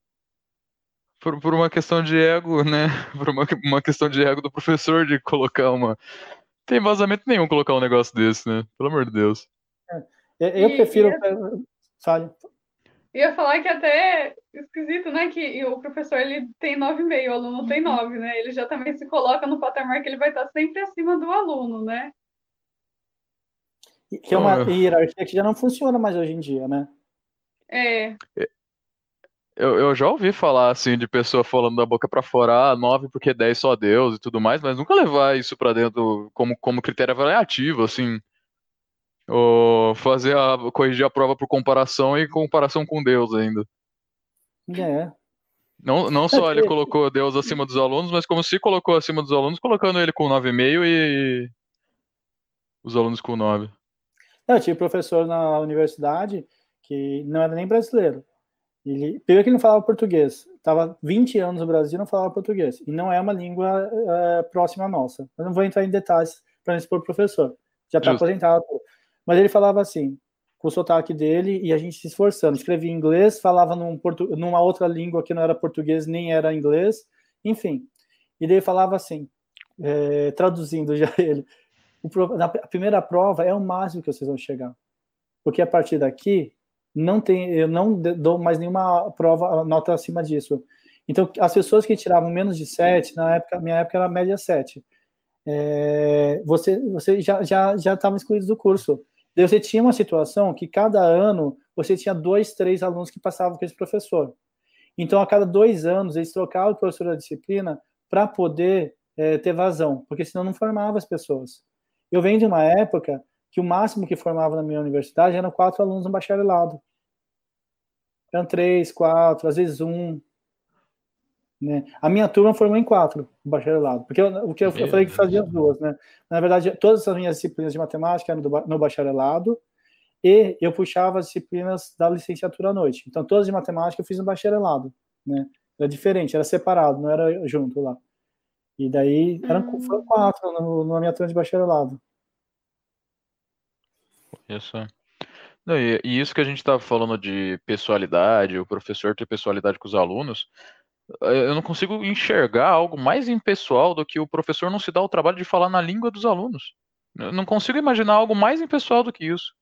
[SPEAKER 2] Por, por uma questão de ego, né? Por uma, uma questão de ego do professor de colocar uma. Tem vazamento nenhum colocar um negócio desse, né? Pelo amor de Deus.
[SPEAKER 4] É, eu
[SPEAKER 3] E,
[SPEAKER 4] prefiro.
[SPEAKER 3] e
[SPEAKER 4] Fale.
[SPEAKER 3] ia falar que até esquisito, né? Que o professor ele tem nove e meio, o aluno tem nove, né? Ele já também se coloca no patamar que ele vai estar sempre acima do aluno, né?
[SPEAKER 4] Que é uma hierarquia que já não funciona mais hoje em dia, né?
[SPEAKER 3] É.
[SPEAKER 2] Eu, eu já ouvi falar, assim, de pessoa falando da boca pra fora, ah, nove porque dez só Deus e tudo mais, mas nunca levar isso pra dentro como, como critério avaliativo, assim. Ou fazer a, corrigir a prova por comparação e comparação com Deus ainda.
[SPEAKER 4] É.
[SPEAKER 2] Não, não só ele colocou Deus acima dos alunos, mas como se colocou acima dos alunos, colocando ele com nove vírgula cinco e os alunos com nove.
[SPEAKER 4] Eu tive professor na universidade que não era nem brasileiro. Ele, primeiro que ele não falava português. Estava vinte anos no Brasil e não falava português. E não é uma língua é, próxima à nossa. Eu não vou entrar em detalhes para não expor o professor. Já está aposentado. Mas ele falava assim, com o sotaque dele, e a gente se esforçando. Escrevia em inglês, falava num portu... numa outra língua que não era português, nem era inglês. Enfim. E daí falava assim, é, traduzindo já ele, na primeira prova é o máximo que vocês vão chegar. Porque a partir daqui, não tem, eu não dou mais nenhuma prova, nota acima disso. Então, as pessoas que tiravam menos de sete, na época, minha época era média sete, é, você, você já já já estava excluído do curso. Daí você tinha uma situação que cada ano você tinha dois, três alunos que passavam com esse professor. Então, a cada dois anos, eles trocavam o professor da disciplina para poder é, ter vazão, porque senão não formava as pessoas. Eu venho de uma época que o máximo que formava na minha universidade eram quatro alunos no bacharelado. Eram três, quatro, às vezes um. Né? A minha turma formou em quatro no bacharelado, porque eu, o que eu, eu falei que fazia as duas, né? Na verdade, todas as minhas disciplinas de matemática eram do, no bacharelado, e eu puxava as disciplinas da licenciatura à noite. Então, todas de matemática eu fiz no bacharelado, né? Era diferente, era separado, não era junto lá. E daí, eram, foram quatro no, na minha turma de bacharelado.
[SPEAKER 2] Isso. Não, e, e isso que a gente estava falando de pessoalidade, o professor ter pessoalidade com os alunos, eu não consigo enxergar algo mais impessoal do que o professor não se dar o trabalho de falar na língua dos alunos. Eu não consigo imaginar algo mais impessoal do que isso.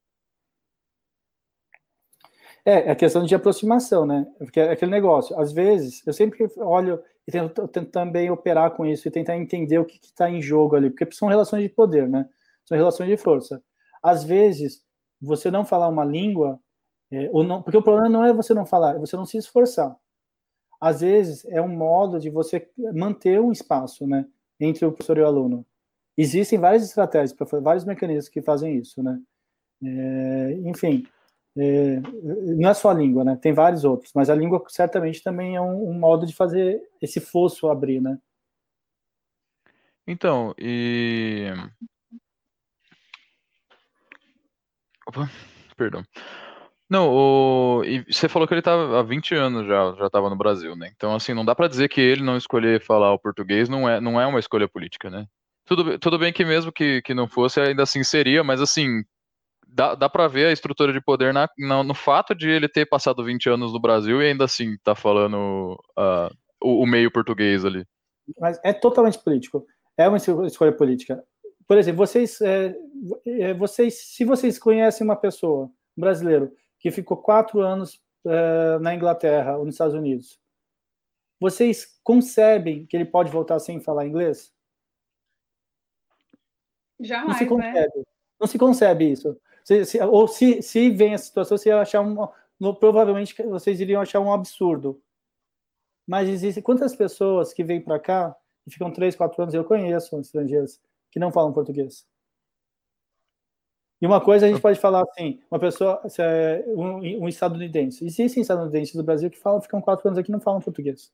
[SPEAKER 4] É, é questão de aproximação, né? Porque é aquele negócio. Às vezes, eu sempre olho e tento, tento também operar com isso e tentar entender o que está em jogo ali, porque são relações de poder, né? São relações de força. Às vezes, você não falar uma língua, é, ou não, porque o problema não é você não falar, é você não se esforçar. Às vezes, é um modo de você manter um espaço, né, entre o professor e o aluno. Existem várias estratégias, vários mecanismos que fazem isso, né? É, enfim, é, não é só a língua, né? Tem vários outros, mas a língua certamente também é um, um modo de fazer esse fosso abrir, né?
[SPEAKER 2] Então, e... Opa, perdão. Não, o... e você falou que ele estava há vinte anos já, já estava no Brasil, né? Então, assim, não dá para dizer que ele não escolher falar o português não é, não é uma escolha política, né? Tudo, tudo bem que mesmo que, que não fosse, ainda assim seria, mas assim, dá, dá para ver a estrutura de poder na, na- no fato de ele ter passado vinte anos no Brasil e ainda assim tá falando ah, o, o meio português ali.
[SPEAKER 4] Mas é totalmente político. É uma escolha política. Por exemplo, vocês, é, é, vocês, se vocês conhecem uma pessoa, um brasileiro, que ficou quatro anos é, na Inglaterra ou nos Estados Unidos, vocês concebem que ele pode voltar sem falar inglês?
[SPEAKER 3] Jamais,
[SPEAKER 4] não se concebe.
[SPEAKER 3] Né?
[SPEAKER 4] Não se concebe isso. Se, se, ou se, se vem a situação, você ia achar um, no, provavelmente vocês iriam achar um absurdo. Mas existem quantas pessoas que vêm para cá e ficam três, quatro anos, eu conheço estrangeiros que não falam português. E uma coisa a gente pode falar assim, uma pessoa, um, um estadunidense. Existem estadunidenses do Brasil que falam, ficam quatro anos aqui e não falam português.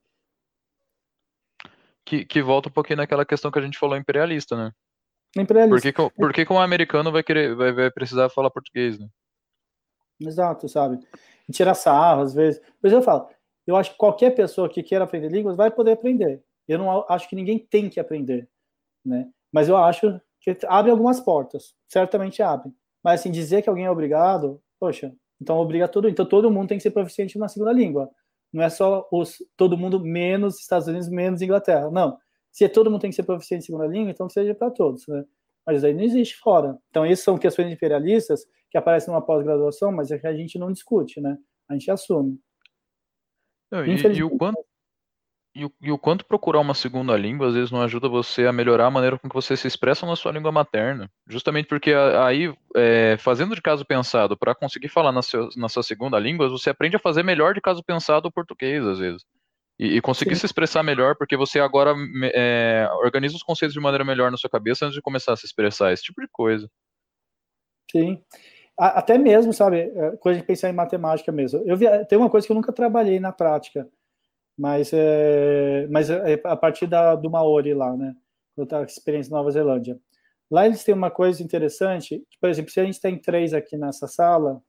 [SPEAKER 2] Que, que volta um pouquinho naquela questão que a gente falou imperialista, né?
[SPEAKER 4] Imperialista.
[SPEAKER 2] Por que, por que, que um americano vai querer, vai, vai precisar falar português, né?
[SPEAKER 4] Exato, sabe? E tirar sarro, às vezes. Mas eu falo, eu acho que qualquer pessoa que queira aprender línguas vai poder aprender. Eu não acho que ninguém tem que aprender, né? Mas eu acho que abre algumas portas, certamente abre. Mas, assim, dizer que alguém é obrigado, poxa, então obriga todo, então todo mundo tem que ser proficiente na segunda língua. Não é só os, todo mundo menos Estados Unidos, menos Inglaterra. Não. Se todo mundo tem que ser proficiente em segunda língua, então que seja para todos, né? Mas aí não existe fora. Então, essas são questões imperialistas que aparecem numa pós-graduação, mas é que a gente não discute, né? A gente assume.
[SPEAKER 2] Não, e, e o
[SPEAKER 4] Infelizmente.
[SPEAKER 2] quanto, e, o, e o quanto procurar uma segunda língua às vezes não ajuda você a melhorar a maneira com que você se expressa na sua língua materna. Justamente porque a- aí, é, fazendo de caso pensado, para conseguir falar na, seu, na sua segunda língua, você aprende a fazer melhor de caso pensado o português, às vezes. E, e conseguir
[SPEAKER 4] Sim,
[SPEAKER 2] se expressar melhor, porque você agora me- é, organiza os conceitos de maneira melhor na sua cabeça antes de começar a se expressar, esse tipo de coisa.
[SPEAKER 4] sim. A- Até mesmo, sabe, é, coisa de pensar em matemática mesmo. Eu vi, tem uma coisa que eu nunca trabalhei na prática, mas é, mas é a partir da, do Maori lá, né? Eu estava com experiência na Nova Zelândia. Lá eles têm uma coisa interessante, que, por exemplo, se a gente tem três aqui nessa sala,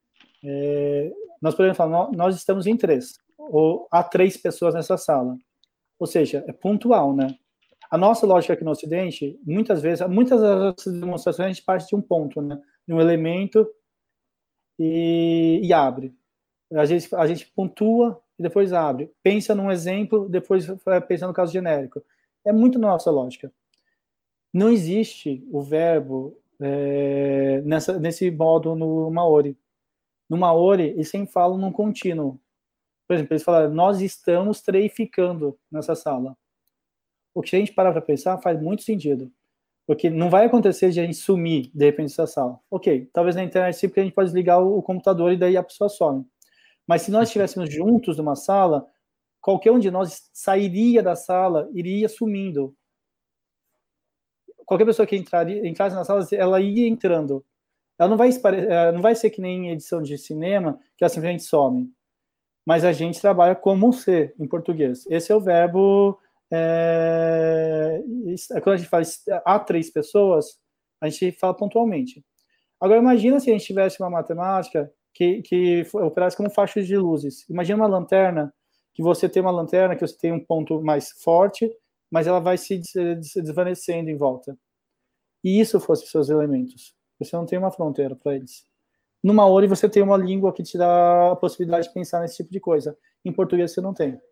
[SPEAKER 4] é, nós podemos falar, nó- nós estamos em três, ou há três pessoas nessa sala. Ou seja, é pontual, né? A nossa lógica aqui no Ocidente, muitas vezes, muitas das demonstrações a gente parte de um ponto, né? De um elemento e, e abre. A gente, a gente pontua e depois abre. Pensa num exemplo, depois pensa no caso genérico. É muito nossa lógica. Não existe o verbo é, nessa, nesse modo no Maori. No Maori, eles sempre falam num contínuo. Por exemplo, eles falam, nós estamos treificando nessa sala. O que a gente parar para pensar faz muito sentido. Porque não vai acontecer de a gente sumir, de repente, dessa sala. Ok, talvez na internet sim, porque a gente pode desligar o, o computador e daí a pessoa some. Mas se nós estivéssemos juntos numa sala, qualquer um de nós sairia da sala, iria sumindo. Qualquer pessoa que entraria, entrasse na sala, ela ia entrando. Ela não vai, não vai ser que nem edição de cinema, que ela simplesmente some. Mas a gente trabalha como ser em português. Esse é o verbo. É, quando a gente fala há três pessoas, a gente fala pontualmente. Agora, imagina se a gente tivesse uma matemática que, que operasse como faixas de luzes. Imagina uma lanterna, que você tem uma lanterna, que você tem um ponto mais forte, mas ela vai se desvanecendo em volta. E isso fosse seus elementos. Você não tem uma fronteira para eles. No Maori, você tem uma língua que te dá a possibilidade de pensar nesse tipo de coisa. Em português, você não tem.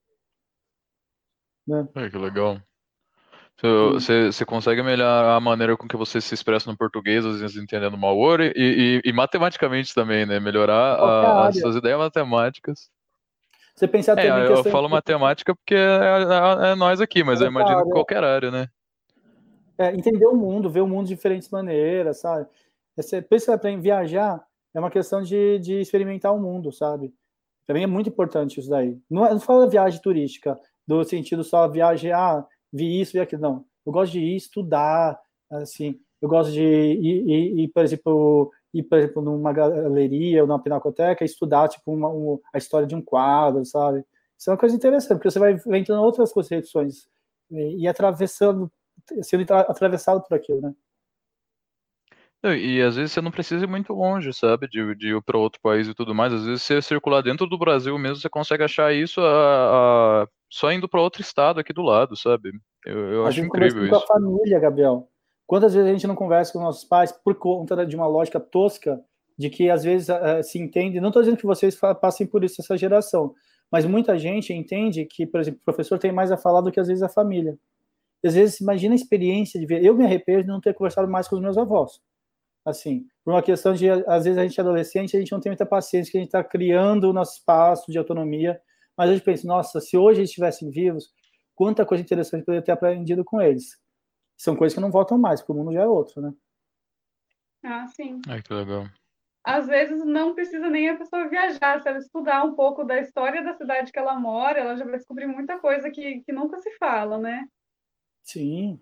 [SPEAKER 4] Né?
[SPEAKER 2] Ai, que legal. Você, você consegue melhorar a maneira com que você se expressa no português, às vezes entendendo Maori, e, e, e matematicamente também, né? Melhorar
[SPEAKER 4] Em qualquer
[SPEAKER 2] a- as
[SPEAKER 4] área.
[SPEAKER 2] suas ideias matemáticas.
[SPEAKER 4] Você pensar
[SPEAKER 2] É,
[SPEAKER 4] também em
[SPEAKER 2] eu
[SPEAKER 4] questões
[SPEAKER 2] falo matemática porque é, é- é nós aqui, mas eu
[SPEAKER 4] dessa
[SPEAKER 2] imagino que
[SPEAKER 4] área.
[SPEAKER 2] qualquer área, né?
[SPEAKER 4] É, entender o mundo, ver o mundo de diferentes maneiras, sabe? Você pensa para viajar, é uma questão de, de experimentar o mundo, sabe? Também é muito importante isso daí. Não, é, não fala viagem turística, do sentido só viagem, ah, vi isso, vi aquilo, não. Eu gosto de ir estudar, assim, eu gosto de ir, ir, ir por exemplo, ir, por exemplo, numa galeria ou numa pinacoteca e estudar, tipo, uma, uma, a história de um quadro, sabe? Isso é uma coisa interessante, porque você vai, vai entrando em outras concepções e, e atravessando, sendo atravessado por aquilo, né?
[SPEAKER 2] Não, E às vezes você não precisa ir muito longe, sabe? De, de ir para outro país e tudo mais. Às vezes você circular dentro do Brasil mesmo, você consegue achar isso a, a- só indo para outro estado aqui do lado, sabe? Eu, eu
[SPEAKER 4] Às
[SPEAKER 2] acho
[SPEAKER 4] vezes
[SPEAKER 2] incrível
[SPEAKER 4] conversando com a
[SPEAKER 2] isso.
[SPEAKER 4] família, Gabriel. Quantas vezes a gente não conversa com nossos pais por conta de uma lógica tosca de que às vezes uh, se entende. Não estou dizendo que vocês passem por isso essa geração, mas muita gente entende que, por exemplo, o professor tem mais a falar do que às vezes a família. E, às vezes, imagina a experiência de ver. Eu me arrependo de não ter conversado mais com os meus avós. Assim, por uma questão de, às vezes, a gente é adolescente, a gente não tem muita paciência, que a gente está criando o nosso espaço de autonomia. Mas a gente pensa, nossa, se hoje eles estivessem vivos, quanta coisa interessante eu poderia ter aprendido com eles. São coisas que não voltam mais, porque o mundo já é outro, né?
[SPEAKER 3] Ah, sim.
[SPEAKER 2] Ai, que legal.
[SPEAKER 3] Às vezes não precisa nem a pessoa viajar, se ela estudar um pouco da história da cidade que ela mora, ela já vai descobrir muita coisa que, que nunca se fala, né?
[SPEAKER 4] Sim.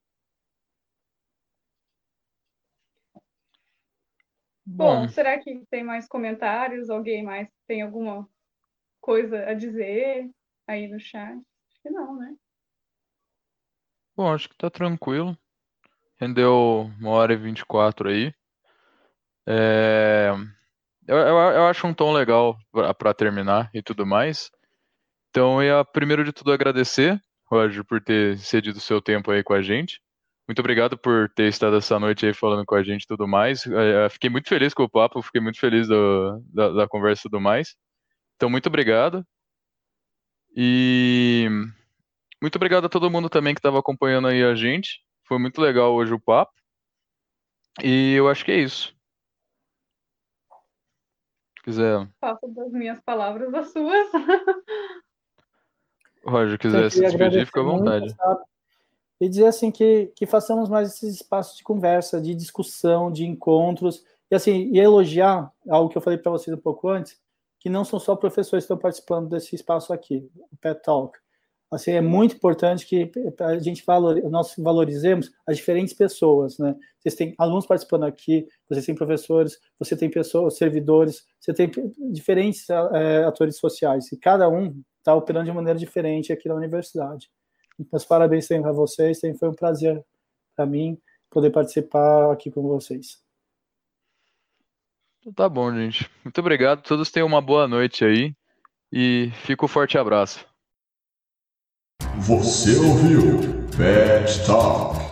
[SPEAKER 3] Bom,
[SPEAKER 2] Bom,
[SPEAKER 3] será que tem mais comentários? Alguém mais tem alguma coisa a dizer aí no chat? Acho que não, né?
[SPEAKER 2] bom, acho que tá tranquilo. Rendeu uma hora e vinte e quatro aí. É, eu, eu, eu acho um tom legal para terminar e tudo mais. Então, eu ia primeiro de tudo agradecer, Roger, por ter cedido seu tempo aí com a gente. Muito obrigado por ter estado essa noite aí falando com a gente e tudo mais. É, é, fiquei muito feliz com o papo, fiquei muito feliz do- da, da conversa e tudo mais. Então, muito obrigado. E muito obrigado a todo mundo também que estava acompanhando aí a gente. Foi muito legal hoje o papo. E eu acho que é isso. Se quiser,
[SPEAKER 3] Faço das minhas palavras as suas.
[SPEAKER 2] Roger,
[SPEAKER 4] Então,
[SPEAKER 2] quiser
[SPEAKER 4] eu
[SPEAKER 2] se
[SPEAKER 4] queria
[SPEAKER 2] despedir, fica
[SPEAKER 4] agradecer
[SPEAKER 2] à
[SPEAKER 4] muito,
[SPEAKER 2] vontade.
[SPEAKER 4] sabe? E dizer assim que, que façamos mais esses espaços de conversa, de discussão, de encontros, e assim, e elogiar algo que eu falei para vocês um pouco antes, que não são só professores que estão participando desse espaço aqui, o Pet Talk. Assim, é muito importante que a gente valor, nós valorizemos as diferentes pessoas, né? Vocês têm alunos participando aqui, vocês têm professores, você tem pessoas, servidores, você tem diferentes é, atores sociais, e cada um está operando de maneira diferente aqui na universidade. Meus parabéns sempre a vocês, sempre foi um prazer para mim poder participar aqui com vocês.
[SPEAKER 2] Então tá bom, gente. Muito obrigado. Todos tenham uma boa noite aí. E fica um forte abraço.
[SPEAKER 1] Você ouviu Pet Talk.